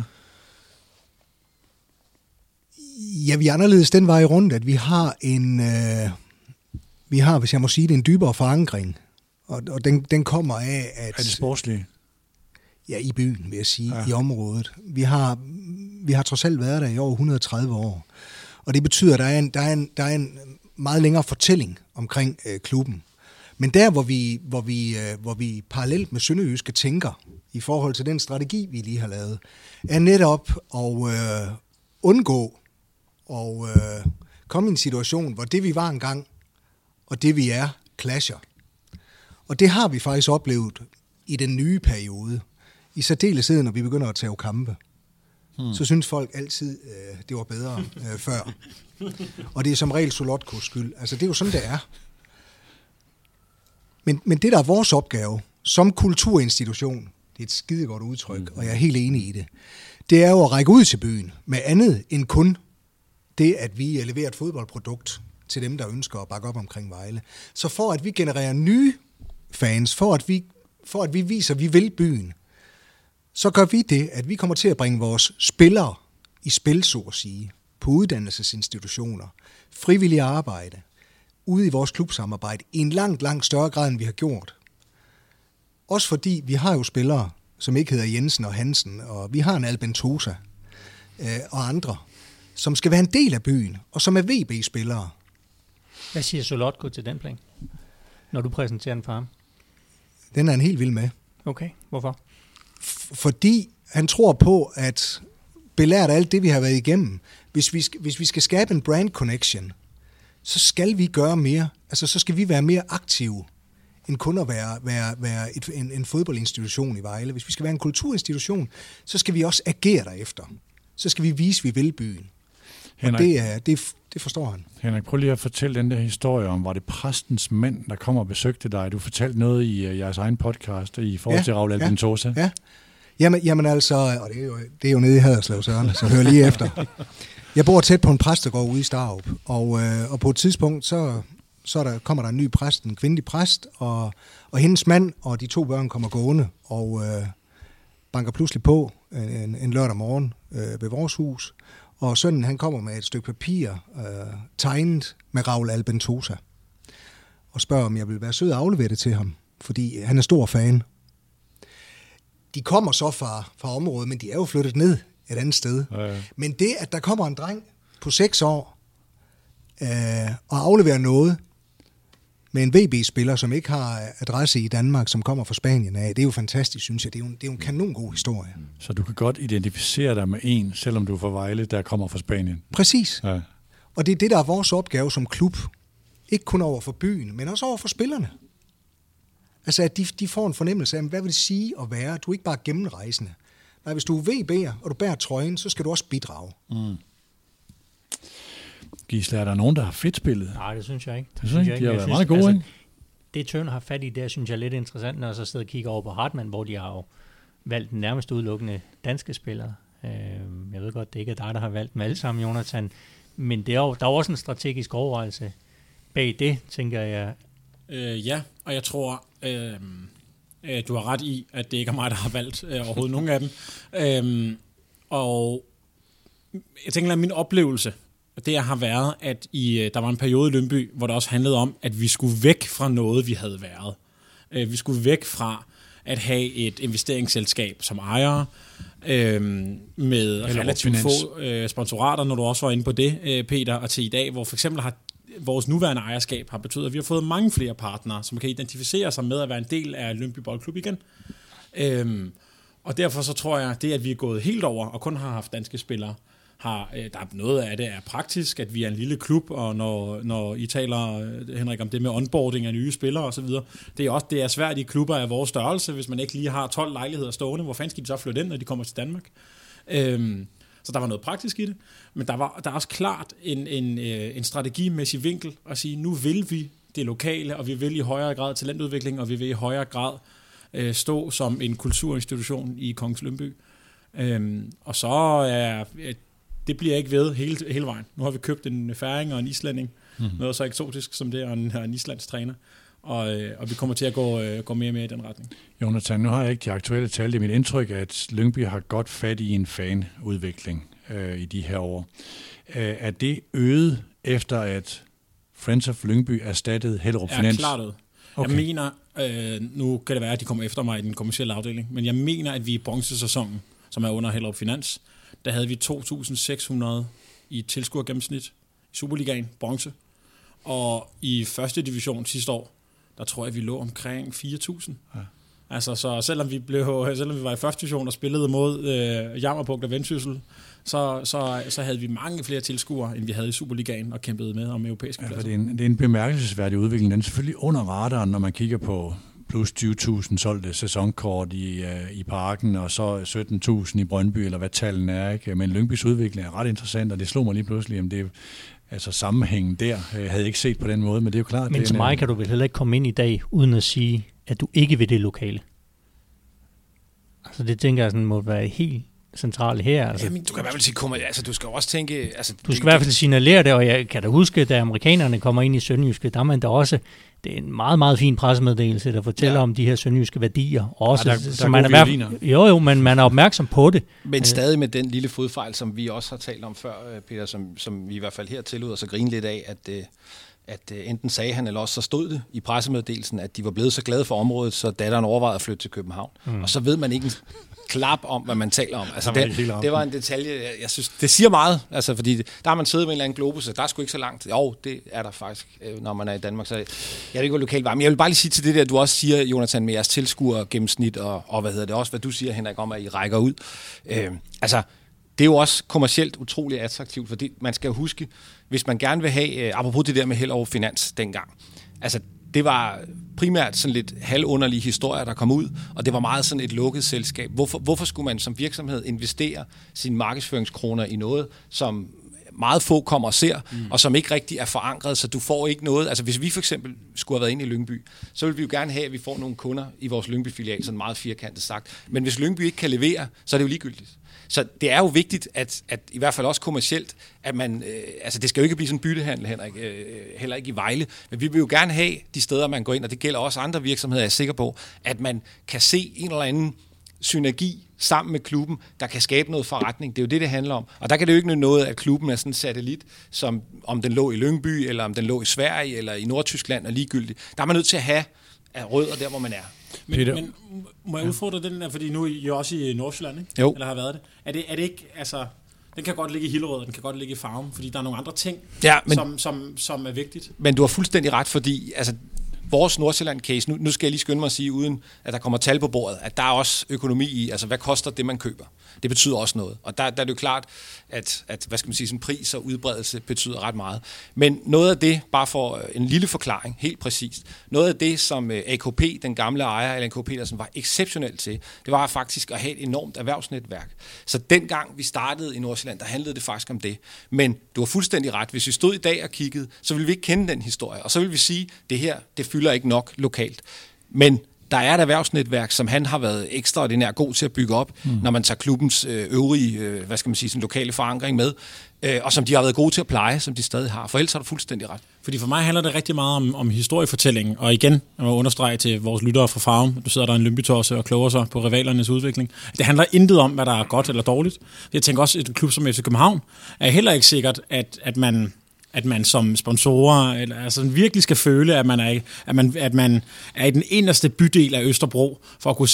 C: Ja, vi er anderledes den vej rundt, at vi har, hvis jeg må sige det, en dybere forankring. Og den kommer af, at...
B: Er det sportslige?
C: Ja, i byen, vil jeg sige, i området. Vi har trods alt været der i over 130 år. Og det betyder, at der er en meget længere fortælling omkring klubben. Men der, hvor vi parallelt med Sønderjyske tænker, i forhold til den strategi, vi lige har lavet, er netop at undgå og komme i en situation, hvor det, vi var engang, og det, vi er, clasher. Og det har vi faktisk oplevet i den nye periode. I særdeleshed, når vi begynder at tage kampe. Så synes folk altid, det var bedre før. Og det er som regel Solotkos skyld. Altså, det er jo sådan, det er. Men det, der er vores opgave, som kulturinstitution, det er et skidegodt udtryk, og jeg er helt enig i det, det er jo at række ud til byen med andet end kun det, at vi leverer et fodboldprodukt til dem, der ønsker at bakke op omkring Vejle. Så for at vi genererer nye fans, for at vi viser, at vi vil byen, så gør vi det, at vi kommer til at bringe vores spillere i spil, så at sige, på uddannelsesinstitutioner, frivillige arbejde, ude i vores klubsamarbejde, i en langt større grad, end vi har gjort. Også fordi vi har jo spillere, som ikke hedder Jensen og Hansen, og vi har en Albentosa og andre, som skal være en del af byen, og som er VB-spillere.
E: Hvad siger Solotko til den plan, når du præsenterer den for ham?
C: Den er han helt vild med.
E: Okay, hvorfor?
C: Fordi han tror på, at belært af alt det, vi har været igennem, hvis vi skal skabe en brand connection så skal vi gøre mere. Altså, så skal vi være mere aktive, end kun at være en fodboldinstitution i Vejle. Hvis vi skal være en kulturinstitution, så skal vi også agere derefter. Så skal vi vise, at vi vil byen. Henrik, og det forstår han.
B: Henrik, prøv lige at fortælle den der historie om, var det præstens mand, der kom og besøgte dig? Du fortalte noget i jeres egen podcast i forhold til Raul Albentosa.
C: Ja. Jamen altså, og det er jo nede i Haderslev, Søren, så hør lige efter. Jeg bor tæt på en præstegård ude i Starup, og på et tidspunkt, så kommer der en ny præst, en kvindelig præst, og hendes mand og de 2 børn kommer gående, og banker pludselig på en lørdag morgen ved vores hus, og sønnen han kommer med et stykke papir, tegnet med Raul Albentosa, og spørger, om jeg vil være sød at aflevere det til ham, fordi han er stor fan. De kommer så fra området, men de er jo flyttet ned et andet sted. Ja. Men det, at der kommer en dreng på 6 år og afleverer noget med en VB-spiller, som ikke har adresse i Danmark, som kommer fra Spanien af, det er jo fantastisk, synes jeg. Det er jo en kanongod historie.
B: Så du kan godt identificere dig med en, selvom du er fra Vejle, der kommer fra Spanien?
C: Præcis. Ja. Og det er det, der er vores opgave som klub. Ikke kun over for byen, men også over for spillerne. Altså, at de får en fornemmelse af, hvad vil det sige at være? Du er ikke bare gennemrejsende. Nej, hvis du er VB'er, og du bærer trøjen, så skal du også bidrage.
B: Gisle, er der nogen, der har fedt spillet?
E: Nej, det synes jeg ikke.
B: Det synes jeg ikke. De har været meget gode, ikke?
E: Det Tønder har fat i, det synes jeg er lidt interessant, når jeg så sidder og kigger over på Hartmann, hvor de har jo valgt den nærmest udelukkende danske spillere. Jeg ved godt, det ikke er dig, der har valgt dem alle sammen, Jonathan. Men der er jo også en strategisk overvejelse bag det, tænker jeg.
G: Ja, og jeg tror, du har ret i, at det ikke er mig, der har valgt overhovedet nogen af dem. Og jeg tænker, at min oplevelse, det har været, at der var en periode i Lyngby, hvor det også handlede om, at vi skulle væk fra noget, vi havde været. Vi skulle væk fra at have et investeringsselskab som ejer, med relativt få sponsorater, når du også var inde på det, Peter, og til i dag, hvor for eksempel har vores nuværende ejerskab har betydet, at vi har fået mange flere partnere, som kan identificere sig med at være en del af Lyngby Boldklub igen. Og derfor så tror jeg, det at vi er gået helt over, og kun har haft danske spillere, der er noget af det er praktisk, at vi er en lille klub, og når I taler, Henrik, om det med onboarding af nye spillere osv., det er svært i klubber af vores størrelse, hvis man ikke lige har 12 lejligheder stående. Hvor fanden skal de så flytte ind, når de kommer til Danmark? Så der var noget praktisk i det, men der er også klart en strategimæssig vinkel at sige, nu vil vi det lokale, og vi vil i højere grad talentudvikling, og vi vil i højere grad stå som en kulturinstitution i Kongens Lyngby. Og så det bliver ikke ved hele vejen. Nu har vi købt en færing og en islænding, noget så eksotisk som det, og en islandsk træner. Og vi kommer til at gå mere og mere i den retning.
B: Jonathan, nu har jeg ikke de aktuelle tal. Det er mit indtryk, at Lyngby har godt fat i en fanudvikling i de her år. Er det øget efter, at Friends of Lyngby erstattede Hellerup Finans?
G: Ja, klart øget. Okay. Jeg mener, nu kan det være, at de kommer efter mig i den kommercielle afdeling, men jeg mener, at vi i bronzesæsonen, som er under Hellerup Finans, der havde vi 2.600 i tilskuergennemsnit i Superligaen, bronze. Og i første division sidste år, der tror jeg, vi lå omkring 4.000. Ja. Altså, så selvom vi var i første division og spillede mod Jammerbugt og Vendsyssel, så havde vi mange flere tilskuere, end vi havde i Superligaen og kæmpede med om europæiske pladser.
B: Det er en bemærkelsesværdig udvikling. Den er selvfølgelig under radaren, når man kigger på plus 20.000 solgte sæsonkort i Parken, og så 17.000 i Brøndby, eller hvad tallene er. Ikke? Men Lyngbys udvikling er ret interessant, og det slog mig lige pludselig, om det altså sammenhængen der, havde jeg ikke set på den måde, men det er jo klart.
E: Men til mig kan du vel heller ikke komme ind i dag, uden at sige, at du ikke vil det lokale. Altså det tænker jeg sådan, må være helt centralt her. Altså.
D: Jamen, du kan i hvert fald sige, du skal også tænke... Altså,
E: du skal i hvert fald signalere det, og jeg kan da huske, da amerikanerne kommer ind i Sønderjyske, der er man da også... Det er en meget, meget fin pressemeddelelse, der fortæller om de her sønderjyske værdier. Også,
B: der
E: men man er opmærksom på det.
D: Men stadig med den lille fodfejl, som vi også har talt om før, Peter, som vi i hvert fald her tillod os at grine lidt af, at enten sagde han, eller også så stod det i pressemeddelelsen, at de var blevet så glade for området, så datteren overvejede at flytte til København. Og så ved man ikke klap om, hvad man taler om. Altså, det var en detalje, jeg synes, det siger meget, altså, fordi der har man siddet med en eller anden globus, der er sgu ikke så langt. Jo, det er der faktisk, når man er i Danmark. Så jeg ved ikke, hvor lokalt var. Men jeg vil bare lige sige til det der, du også siger, Jonathan, med jeres tilskuer gennemsnit, og hvad hedder det også, hvad du siger, Henrik, om, at I rækker ud. Altså, det er jo også kommercielt utrolig attraktivt, fordi man skal huske, hvis man gerne vil have, apropos det der med Hellerup Finans dengang, altså det var primært sådan lidt halvunderlige historier, der kom ud, og det var meget sådan et lukket selskab. Hvorfor skulle man som virksomhed investere sine markedsføringskroner i noget, som meget få kommer og ser, og som ikke rigtig er forankret, så du får ikke noget. Altså hvis vi for eksempel skulle have været inde i Lyngby, så vil vi jo gerne have, at vi får nogle kunder i vores Lyngby-filial, sådan meget firkantet sagt. Men hvis Lyngby ikke kan levere, så er det jo ligegyldigt. Så det er jo vigtigt, at i hvert fald også kommercielt, at man, altså det skal jo ikke blive sådan en byttehandel, Henrik, heller ikke i Vejle, men vi vil jo gerne have de steder, man går ind, og det gælder også andre virksomheder, jeg er sikker på, at man kan se en eller anden synergi sammen med klubben, der kan skabe noget forretning. Det er jo det handler om. Og der kan det jo ikke nytte noget, at klubben er sådan en satellit, som om den lå i Lyngby, eller om den lå i Sverige, eller i Nordtyskland, og ligegyldigt. Der er man nødt til at have rødder der, hvor man er.
G: Men må jeg udfordre den der, fordi nu er I også i Nordsjælland, ikke?
D: Jo.
G: Eller har været det. Er det ikke, altså, den kan godt ligge i Hillerød, den kan godt ligge i Farum, fordi der er nogle andre ting, som er vigtigt.
D: Men du har fuldstændig ret, fordi altså, vores Nordsjælland-case, nu skal jeg lige skynde mig at sige, uden at der kommer tal på bordet, at der er også økonomi i, altså hvad koster det, man køber? Det betyder også noget. Og der er det jo klart, at hvad skal man sige, sådan pris og udbredelse betyder ret meget. Men noget af det, bare for en lille forklaring, helt præcist, noget af det, som AKP, den gamle ejer, Allan K. Petersen, var exceptionelt til, det var faktisk at have et enormt erhvervsnetværk. Så dengang vi startede i Nordsjælland, der handlede det faktisk om det. Men du har fuldstændig ret. Hvis vi stod i dag og kiggede, så ville vi ikke kende den historie. Og så ville vi sige, det her, det fylder ikke nok lokalt. Men der er et erhvervsnetværk, som han har været ekstraordinært god til at bygge op, når man tager klubbens øvrige, hvad skal man sige, sådan lokale forankring med, og som de har været gode til at pleje, som de stadig har. For ellers har du fuldstændig ret.
G: Fordi for mig handler det rigtig meget om historiefortællingen, og igen, jeg må understrege til vores lyttere fra Farum, du sidder der en Lyngby-tosse og kloger sig på rivalernes udvikling. Det handler intet om, hvad der er godt eller dårligt. Jeg tænker også, at et klub som FC København er heller ikke sikkert, at man som sponsorer eller, altså, virkelig skal føle, at man er i den eneste bydel af Østerbro for at kunne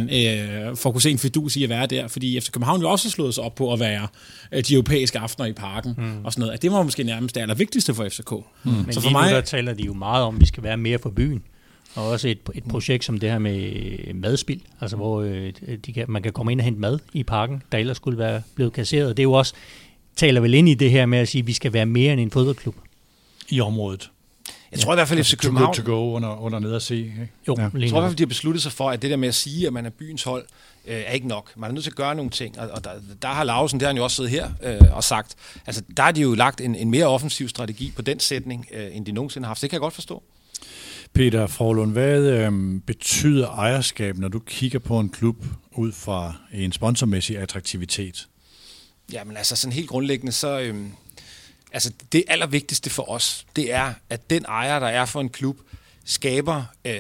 G: se en fidus i at være der, fordi FC København jo også har slået sig op på at være de europæiske aftener i parken og sådan noget. At det var måske nærmest det allervigtigste for FCK.
E: Men så for mig der taler de jo meget om, at vi skal være mere for byen. Og også et projekt som det her med madspil, altså hvor man kan komme ind og hente mad i parken, der ellers skulle være blevet kasseret. Det er jo også taler vel ind i det her med at sige, at vi skal være mere end en fodboldklub
B: i området.
D: Jeg tror i hvert fald, at FC København...
B: To go under ned at se. Ikke?
D: Jo, jeg tror i hvert fald, at de har besluttet sig for, at det der med at sige, at man er byens hold, er ikke nok. Man er nødt til at gøre nogle ting, og der har Lausen, der har han jo også siddet her og sagt, altså der har de jo lagt en mere offensiv strategi på den sætning, end de nogensinde har haft. Det kan jeg godt forstå.
B: Peter Forlund, hvad betyder ejerskab, når du kigger på en klub ud fra en sponsormæssig attraktivitet?
D: Jamen altså sådan helt grundlæggende, så altså det allervigtigste for os, det er, at den ejer, der er for en klub, skaber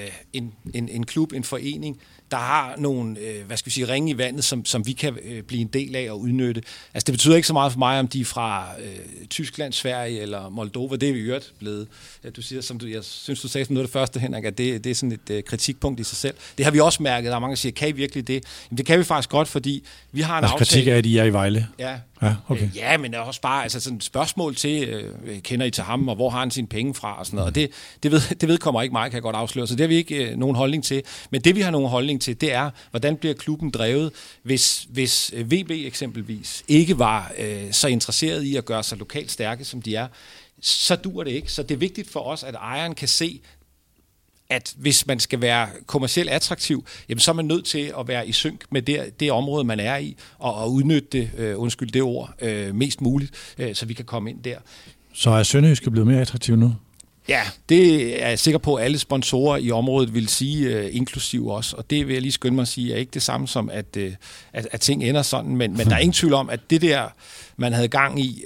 D: en klub, en forening, der har nogle, hvad skal vi sige, ringe i vandet, som vi kan blive en del af og udnytte. Altså det betyder ikke så meget for mig, om de er fra Tyskland, Sverige eller Moldova. Det er vi i øvrigt blevet. Du siger, jeg synes, du sagde som noget af det første, Henrik, at det er sådan et kritikpunkt i sig selv. Det har vi også mærket. Der er mange, der siger, kan I virkelig det? Jamen, det kan vi faktisk godt, fordi vi har en aftale.
B: Kritik af, at I er i Vejle?
D: Ja.
B: Okay.
D: Ja, men der er også bare altså sådan et spørgsmål til, kender I til ham, og hvor har han sine penge fra, og sådan noget. Og det vedkommer ikke mig, kan jeg godt afsløre, så det har vi ikke nogen holdning til. Men det, vi har nogen holdning til, det er, hvordan bliver klubben drevet, hvis VB eksempelvis ikke var så interesseret i at gøre sig lokalt stærke, som de er, så dur det ikke. Så det er vigtigt for os, at ejeren kan se, at hvis man skal være kommercielt attraktiv, jamen, så er man nødt til at være i synk med det område, man er i, og udnytte det, det ord, mest muligt, så vi kan komme ind der.
B: Så er Sønderjyske blevet mere attraktiv nu?
D: Ja, det er jeg sikker på, at alle sponsorer i området vil sige, inklusiv os, og det vil jeg lige skynde mig at sige, er ikke det samme som, at ting ender sådan, men der er ingen tvivl om, at det der, man havde gang i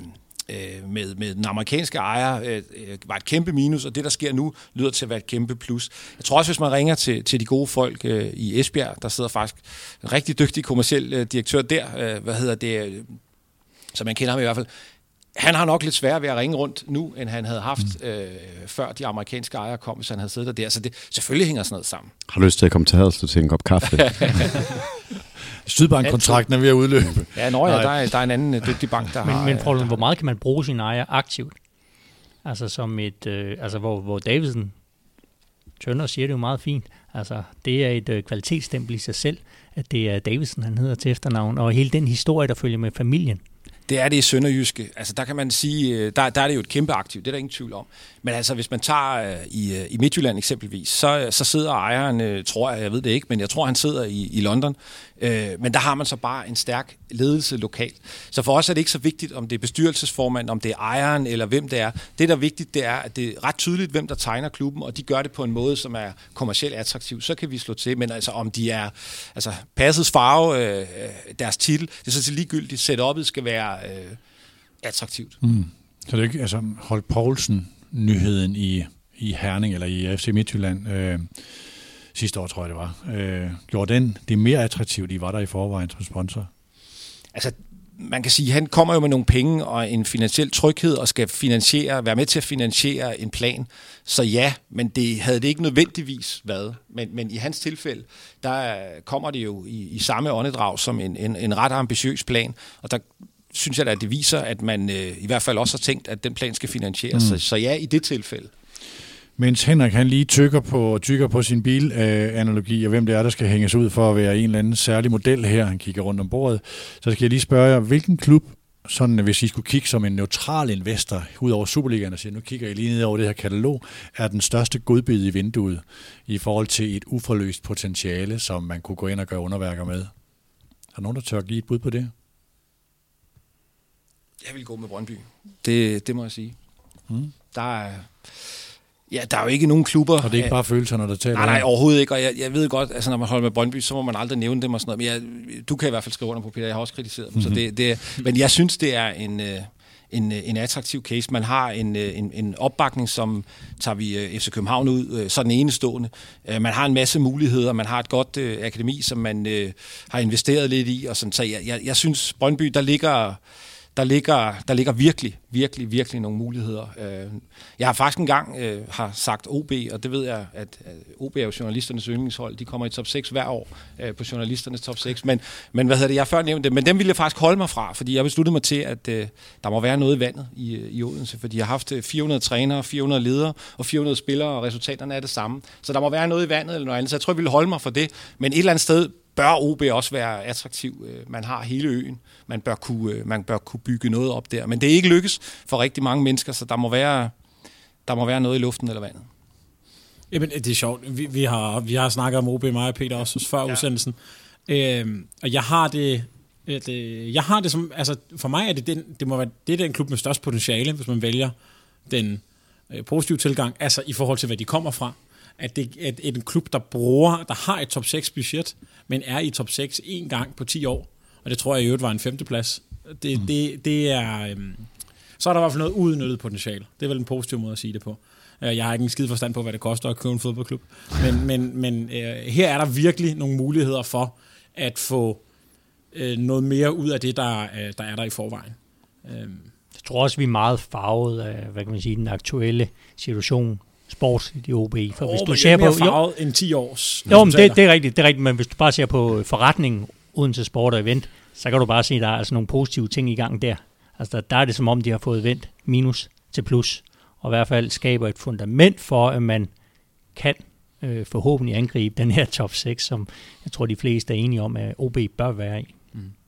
D: med den amerikanske ejer, var et kæmpe minus, og det, der sker nu, lyder til at være et kæmpe plus. Jeg tror også, hvis man ringer til de gode folk i Esbjerg, der sidder faktisk en rigtig dygtig kommerciel direktør der, så man kender ham i hvert fald. Han har nok lidt sværere ved at ringe rundt nu, end han havde haft, før de amerikanske ejere kom, hvis han havde siddet der. Så det selvfølgelig hænger sådan noget sammen.
F: Har du lyst til at komme til Haderslev til en kop kaffe?
B: Sydbank-kontrakten er ved at udløbe.
D: Ja, der er en anden dygtig bank, der har...
E: Men Forlund, hvor meget kan man bruge sin ejer aktivt? Altså som hvor Davidsen, Tønder siger det jo meget fint. Altså, det er et kvalitetsstempel i sig selv, at det er Davidsen, han hedder til efternavn, og hele den historie, der følger med familien.
D: Det er det i Sønderjyske. Altså der kan man sige, der er det jo et kæmpe aktiv, det er der ingen tvivl om. Men altså hvis man tager i Midtjylland eksempelvis, så sidder ejeren, tror jeg ved det ikke, men jeg tror han sidder i London. Men der har man så bare en stærk ledelse lokalt. Så for os er det ikke så vigtigt, om det er bestyrelsesformand, om det er ejeren eller hvem det er. Det, der er vigtigt, det er, at det er ret tydeligt, hvem der tegner klubben, og de gør det på en måde, som er kommercielt attraktiv. Så kan vi slå til. Men altså om de er passets farve, deres titel, det er så til ligegyldigt. Setup'et skal være attraktivt.
B: Så det er ikke, altså Holt Poulsen-nyheden i Herning eller i FC Midtjylland sidste år, tror jeg det var, gjorde den det mere attraktivt, I var der i forvejen som sponsor?
D: Altså, man kan sige, at han kommer jo med nogle penge og en finansiel tryghed og skal være med til at finansiere en plan. Så ja, men det havde det ikke nødvendigvis været. Men i hans tilfælde, der kommer det jo i samme åndedrag som en ret ambitiøs plan, og der synes jeg da, at det viser, at man i hvert fald også har tænkt, at den plan skal finansieres. Så ja, i det tilfælde.
B: Mens Henrik han lige tykker på sin bilanalogi, og hvem det er, der skal hænges ud for at være en eller anden særlig model her, han kigger rundt om bordet, så skal jeg lige spørge jer, hvilken klub, sådan hvis I skulle kigge som en neutral investor ud over Superligaen og sige, nu kigger I lige ned over det her katalog, er den største godbid i vinduet i forhold til et uforløst potentiale, som man kunne gå ind og gøre underværker med? Er der nogen, der tør give et bud på det?
D: Jeg vil gå med Brøndby. Det må jeg sige. Der er jo ikke nogen klubber.
B: Og det er ikke bare følelserne, der taler?
D: Nej, overhovedet ikke. Og jeg ved godt, altså når man holder med Brøndby, så må man aldrig nævne dem og sådan noget. Men du kan i hvert fald skrive under på, Peter. Jeg har også kritiseret dem. Så men jeg synes, det er en attraktiv case. Man har en opbakning, som tager vi FC København ud, sådan enestående. Man har en masse muligheder. Man har et godt akademi, som man har investeret lidt i. Og sådan. Så jeg synes, Brøndby, der ligger virkelig nogle muligheder. Jeg har faktisk engang har sagt OB, og det ved jeg, at OB er jo journalisternes yndlingshold. De kommer i top 6 hver år på journalisternes top 6. Men jeg har før nævnt det, men dem ville jeg faktisk holde mig fra, fordi jeg besluttede mig til, at der må være noget i vandet i Odense, fordi jeg har haft 400 trænere, 400 ledere og 400 spillere, og resultaterne er det samme. Så der må være noget i vandet eller noget andet, så jeg tror, jeg ville holde mig for det. Men et eller andet sted bør OB også være attraktiv. Man har hele øen. Man bør kunne bygge noget op der. Men det er ikke lykkes for rigtig mange mennesker, så der må være noget i luften eller vandet.
G: Jamen, det er sjovt. Vi har snakket om OB, mig og Peter også før udsendelsen. Og jeg har det som, altså for mig er det er den klub med størst potentiale, hvis man vælger den positive tilgang, altså i forhold til, hvad de kommer fra. At det er en klub, der har et top 6 budget, men er i top 6 en gang på 10 år. Og det tror jeg i øvrigt var en 5. plads. Det er... Så er der i hvert fald noget uudnyttet potentiale. Det er vel en positiv måde at sige det på. Jeg har ikke en skide forstand på, hvad det koster at købe en fodboldklub. Men her er der virkelig nogle muligheder for at få noget mere ud af det, der er der i forvejen.
E: Jeg tror også, vi er meget farvet af, hvad kan man sige, den aktuelle situation sports i OB. For hvis du ser på
G: farvet end 10 års.
E: Jo, men det er rigtigt, men hvis du bare ser på forretningen uden til sport og event, så kan du bare se, at der er altså nogle positive ting i gang der. Altså der er det som om, de har fået vendt minus til plus, og i hvert fald skaber et fundament for, at man kan forhåbentlig angribe den her top 6, som jeg tror, de fleste er enige om, at OB bør være i.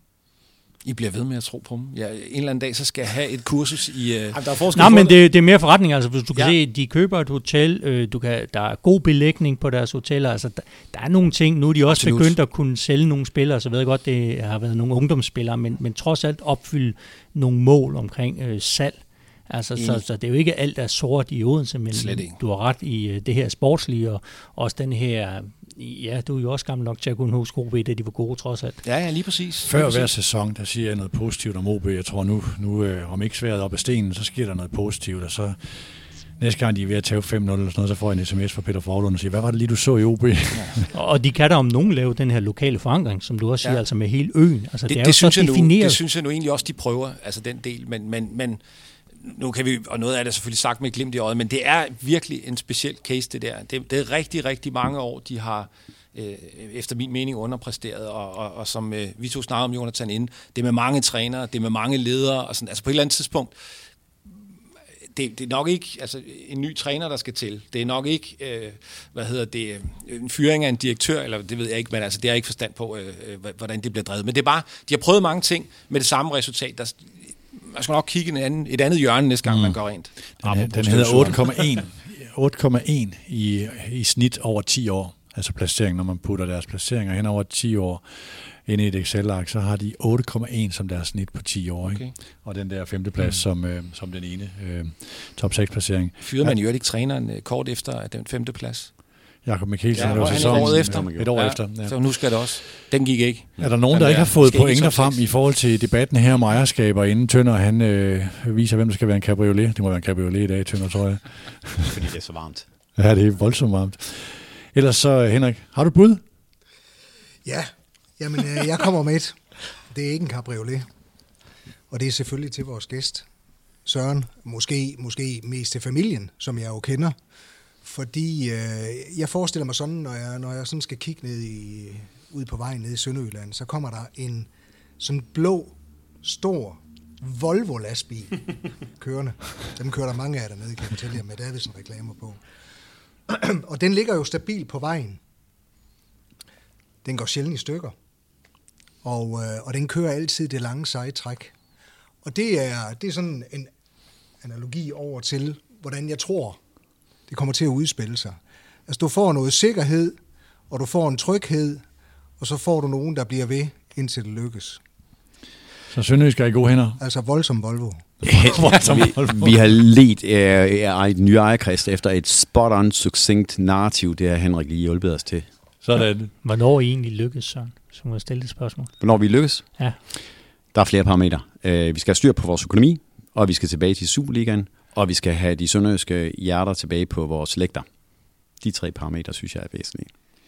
D: I bliver ved med at tro på dem. Ja, en eller anden dag, så skal jeg have et kursus i...
E: Nej, men det er mere forretning. Altså, hvis du kan se, de køber et hotel, der er god belægning på deres hoteller. Altså, der er nogle ting. Nu er de også begyndt at kunne sælge nogle spillere, så ved jeg godt, det har været nogle ungdomsspillere, men trods alt opfylde nogle mål omkring salg. Altså, så det er jo ikke alt, der er sort i Odense, men du har ret i det her sportslige, og også den her... Ja, du er jo også gammel nok til at kunne huske OB, da de var gode trods alt.
D: Ja, lige præcis.
B: Før hver sæson, der siger jeg noget positivt om OB. Jeg tror nu om ikke sværet op af stenen, så sker der noget positivt, og så næste gang de er ved at tage 5-0 eller sådan noget, så får jeg en sms fra Peter Forlund og siger, hvad var det lige, du så i OB?
E: Ja. Og de kan da om nogen lave den her lokale forankring, som du også siger, altså med hele øen. Altså, det er jo
D: synes
E: så defineret.
D: Det synes jeg nu egentlig også, de prøver, altså den del, men nu kan vi, og noget af det er selvfølgelig sagt med glimt i øjet, men det er virkelig en speciel case, det der. Det er rigtig, rigtig mange år, de har efter min mening underpræsteret, og som vi to snakkede om, Jonathan, inden, det er med mange trænere, det er med mange ledere, og sådan, altså på et eller andet tidspunkt, det er nok ikke altså en ny træner, der skal til. Det er nok ikke, en fyring af en direktør, eller det ved jeg ikke, men altså det har jeg ikke forstand på, hvordan det bliver drevet. Men det er bare, de har prøvet mange ting med det samme resultat. man skal nok kigge et andet hjørne næste gang, man går rent.
B: Den hedder 8,1 i snit over 10 år. Altså placering, når man putter deres placeringer hen over 10 år ind i et Excel-ark, så har de 8,1 som deres snit på 10 år. Ikke? Okay. Og den der 5. plads som den ene top 6-placering.
D: Fyrede man jo ikke træneren kort efter den 5. plads?
B: Jakob Mikkelsen,
D: det var sæsonen.
B: Et år efter. Ja.
D: Så nu skal det også. Den gik ikke.
B: Er der nogen, der ikke har fået pointer frem i forhold til debatten her om ejerskaber, inden Tønder han viser, hvem der skal være en cabriolet? Det må være en cabriolet i dag, Tønder, tror jeg.
F: Fordi det er så varmt.
B: Ja, det er voldsomt varmt. Ellers så, Henrik, har du et bud?
C: Ja, jamen jeg kommer med et. Det er ikke en cabriolet. Og det er selvfølgelig til vores gæst, Søren. Måske mest til familien, som jeg jo kender. Fordi jeg forestiller mig sådan, når jeg sådan skal kigge ud på vejen ned i Sønderjylland, så kommer der en sådan blå, stor Volvo-lastbil kørende. Dem kører der mange af dernede, kan jeg fortælle jer, med Davidsen reklamer på. Og den ligger jo stabil på vejen. Den går sjældent i stykker. Og den kører altid det lange seje træk. Og det er sådan en analogi over til, hvordan jeg tror, det kommer til at udspille sig. Altså, du får noget sikkerhed, og du får en tryghed, og så får du nogen, der bliver ved, indtil det lykkes.
B: Så Sønderjysk er i gode hænder?
C: Altså voldsom Volvo.
F: Vi har ledt af et nye ejerkreds efter et spot-on, succinct narrativ. Det har Henrik lige hjulpet os til.
B: Sådan.
E: Hvornår I egentlig lykkes, Søren? Så må jeg stille et spørgsmål.
F: Hvornår vi lykkes?
E: Ja.
F: Der er flere parametre. Vi skal have styr på vores økonomi, og vi skal tilbage til Superligaen, og vi skal have de sønderjyske hjerter tilbage på vores lægter. De 3 parametre, synes jeg er væsentlige.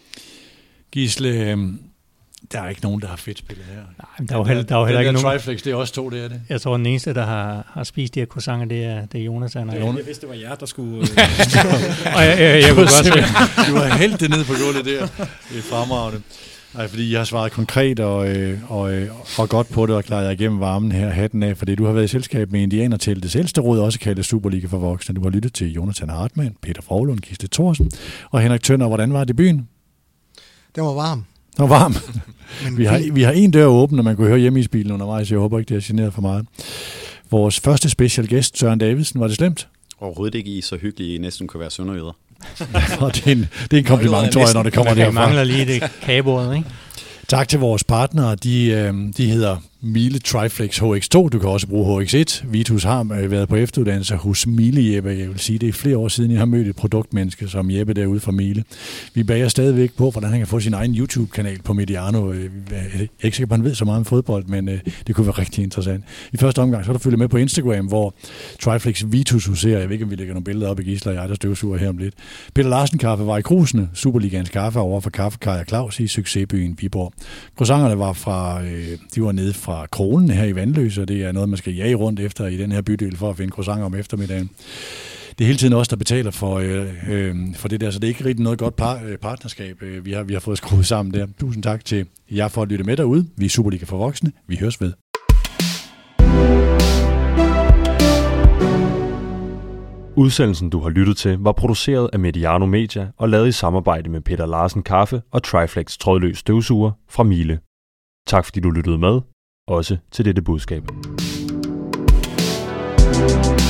B: Gisle, der er ikke nogen, der har fedt spillet her.
E: Nej, der er jo heller ikke nogen.
B: Triflex, det er også 2, det er det.
E: Jeg tror, den eneste, der har spist de her croissanter, det er Jonathan.
G: Jeg vidste, det var jer, der skulle...
E: og jeg kunne godt se.
B: Du har hældt det ned på gulvet der. Det er fremragende. Nej, fordi jeg har svaret konkret og godt på det og klaret jer igennem varmen her hatten af, fordi du har været i selskab med Indianerteltets ældste råd, også kaldet Superliga for voksne. Du har lyttet til Jonathan Hartmann, Peter Frohlund, Gisle Thorsen og Henrik Tønder. Hvordan var debuten?
C: Den var varm.
B: Den var varm. Vi har en dør åben, og man kunne høre hjemme i bilen undervejs. Jeg håber ikke, det er generet for meget. Vores første special gæst, Søren Davidsen, var det slemt?
F: Overhovedet ikke. I så hyggelige, I næsten kunne være sønderjyder.
B: Og det er en kompliment, tror jeg, når det kommer derfra.
E: Vi mangler lige det kagebordet, ikke?
B: Tak til vores partnere. De hedder Miele Triflex HX2. Du kan også bruge HX1. Vitus har været på efteruddannelse hos Miele, Jeppe. Jeg vil sige, det er flere år siden, jeg har mødt et produktmenneske som Jeppe derude fra Miele. Vi bager stadigvæk på, hvordan han kan få sin egen YouTube-kanal på Mediano. Jeg er ikke sikker på, at han ved så meget om fodbold, men det kunne være rigtig interessant. I første omgang, så er du følge med på Instagram, hvor Triflex Vitus huserer. Jeg ved ikke, om vi lægger nogle billeder op i Gisle og jeg, der støvsuger her om lidt. Peter Larsen Kaffe var i Krusene, Superligaens kaffe over for Kaffe Kaj og Claus i succesbyen Viborg. Croissanterne var de var nede fra Kronen her i Vandløse, og det er noget, man skal jage rundt efter i den her bydel for at finde croissanter om eftermiddagen. Det er hele tiden os, der betaler for det der, så det er ikke rigtig noget godt partnerskab, vi har fået skruet sammen der. Tusind tak til jer for at lytte med derude. Vi er Superliga for voksne. Vi høres ved.
A: Udsendelsen, du har lyttet til, var produceret af Mediano Media og lavet i samarbejde med Peter Larsen Kaffe og Triflex trådløs støvsuger fra Miele. Tak fordi du lyttede med, også til dette budskab.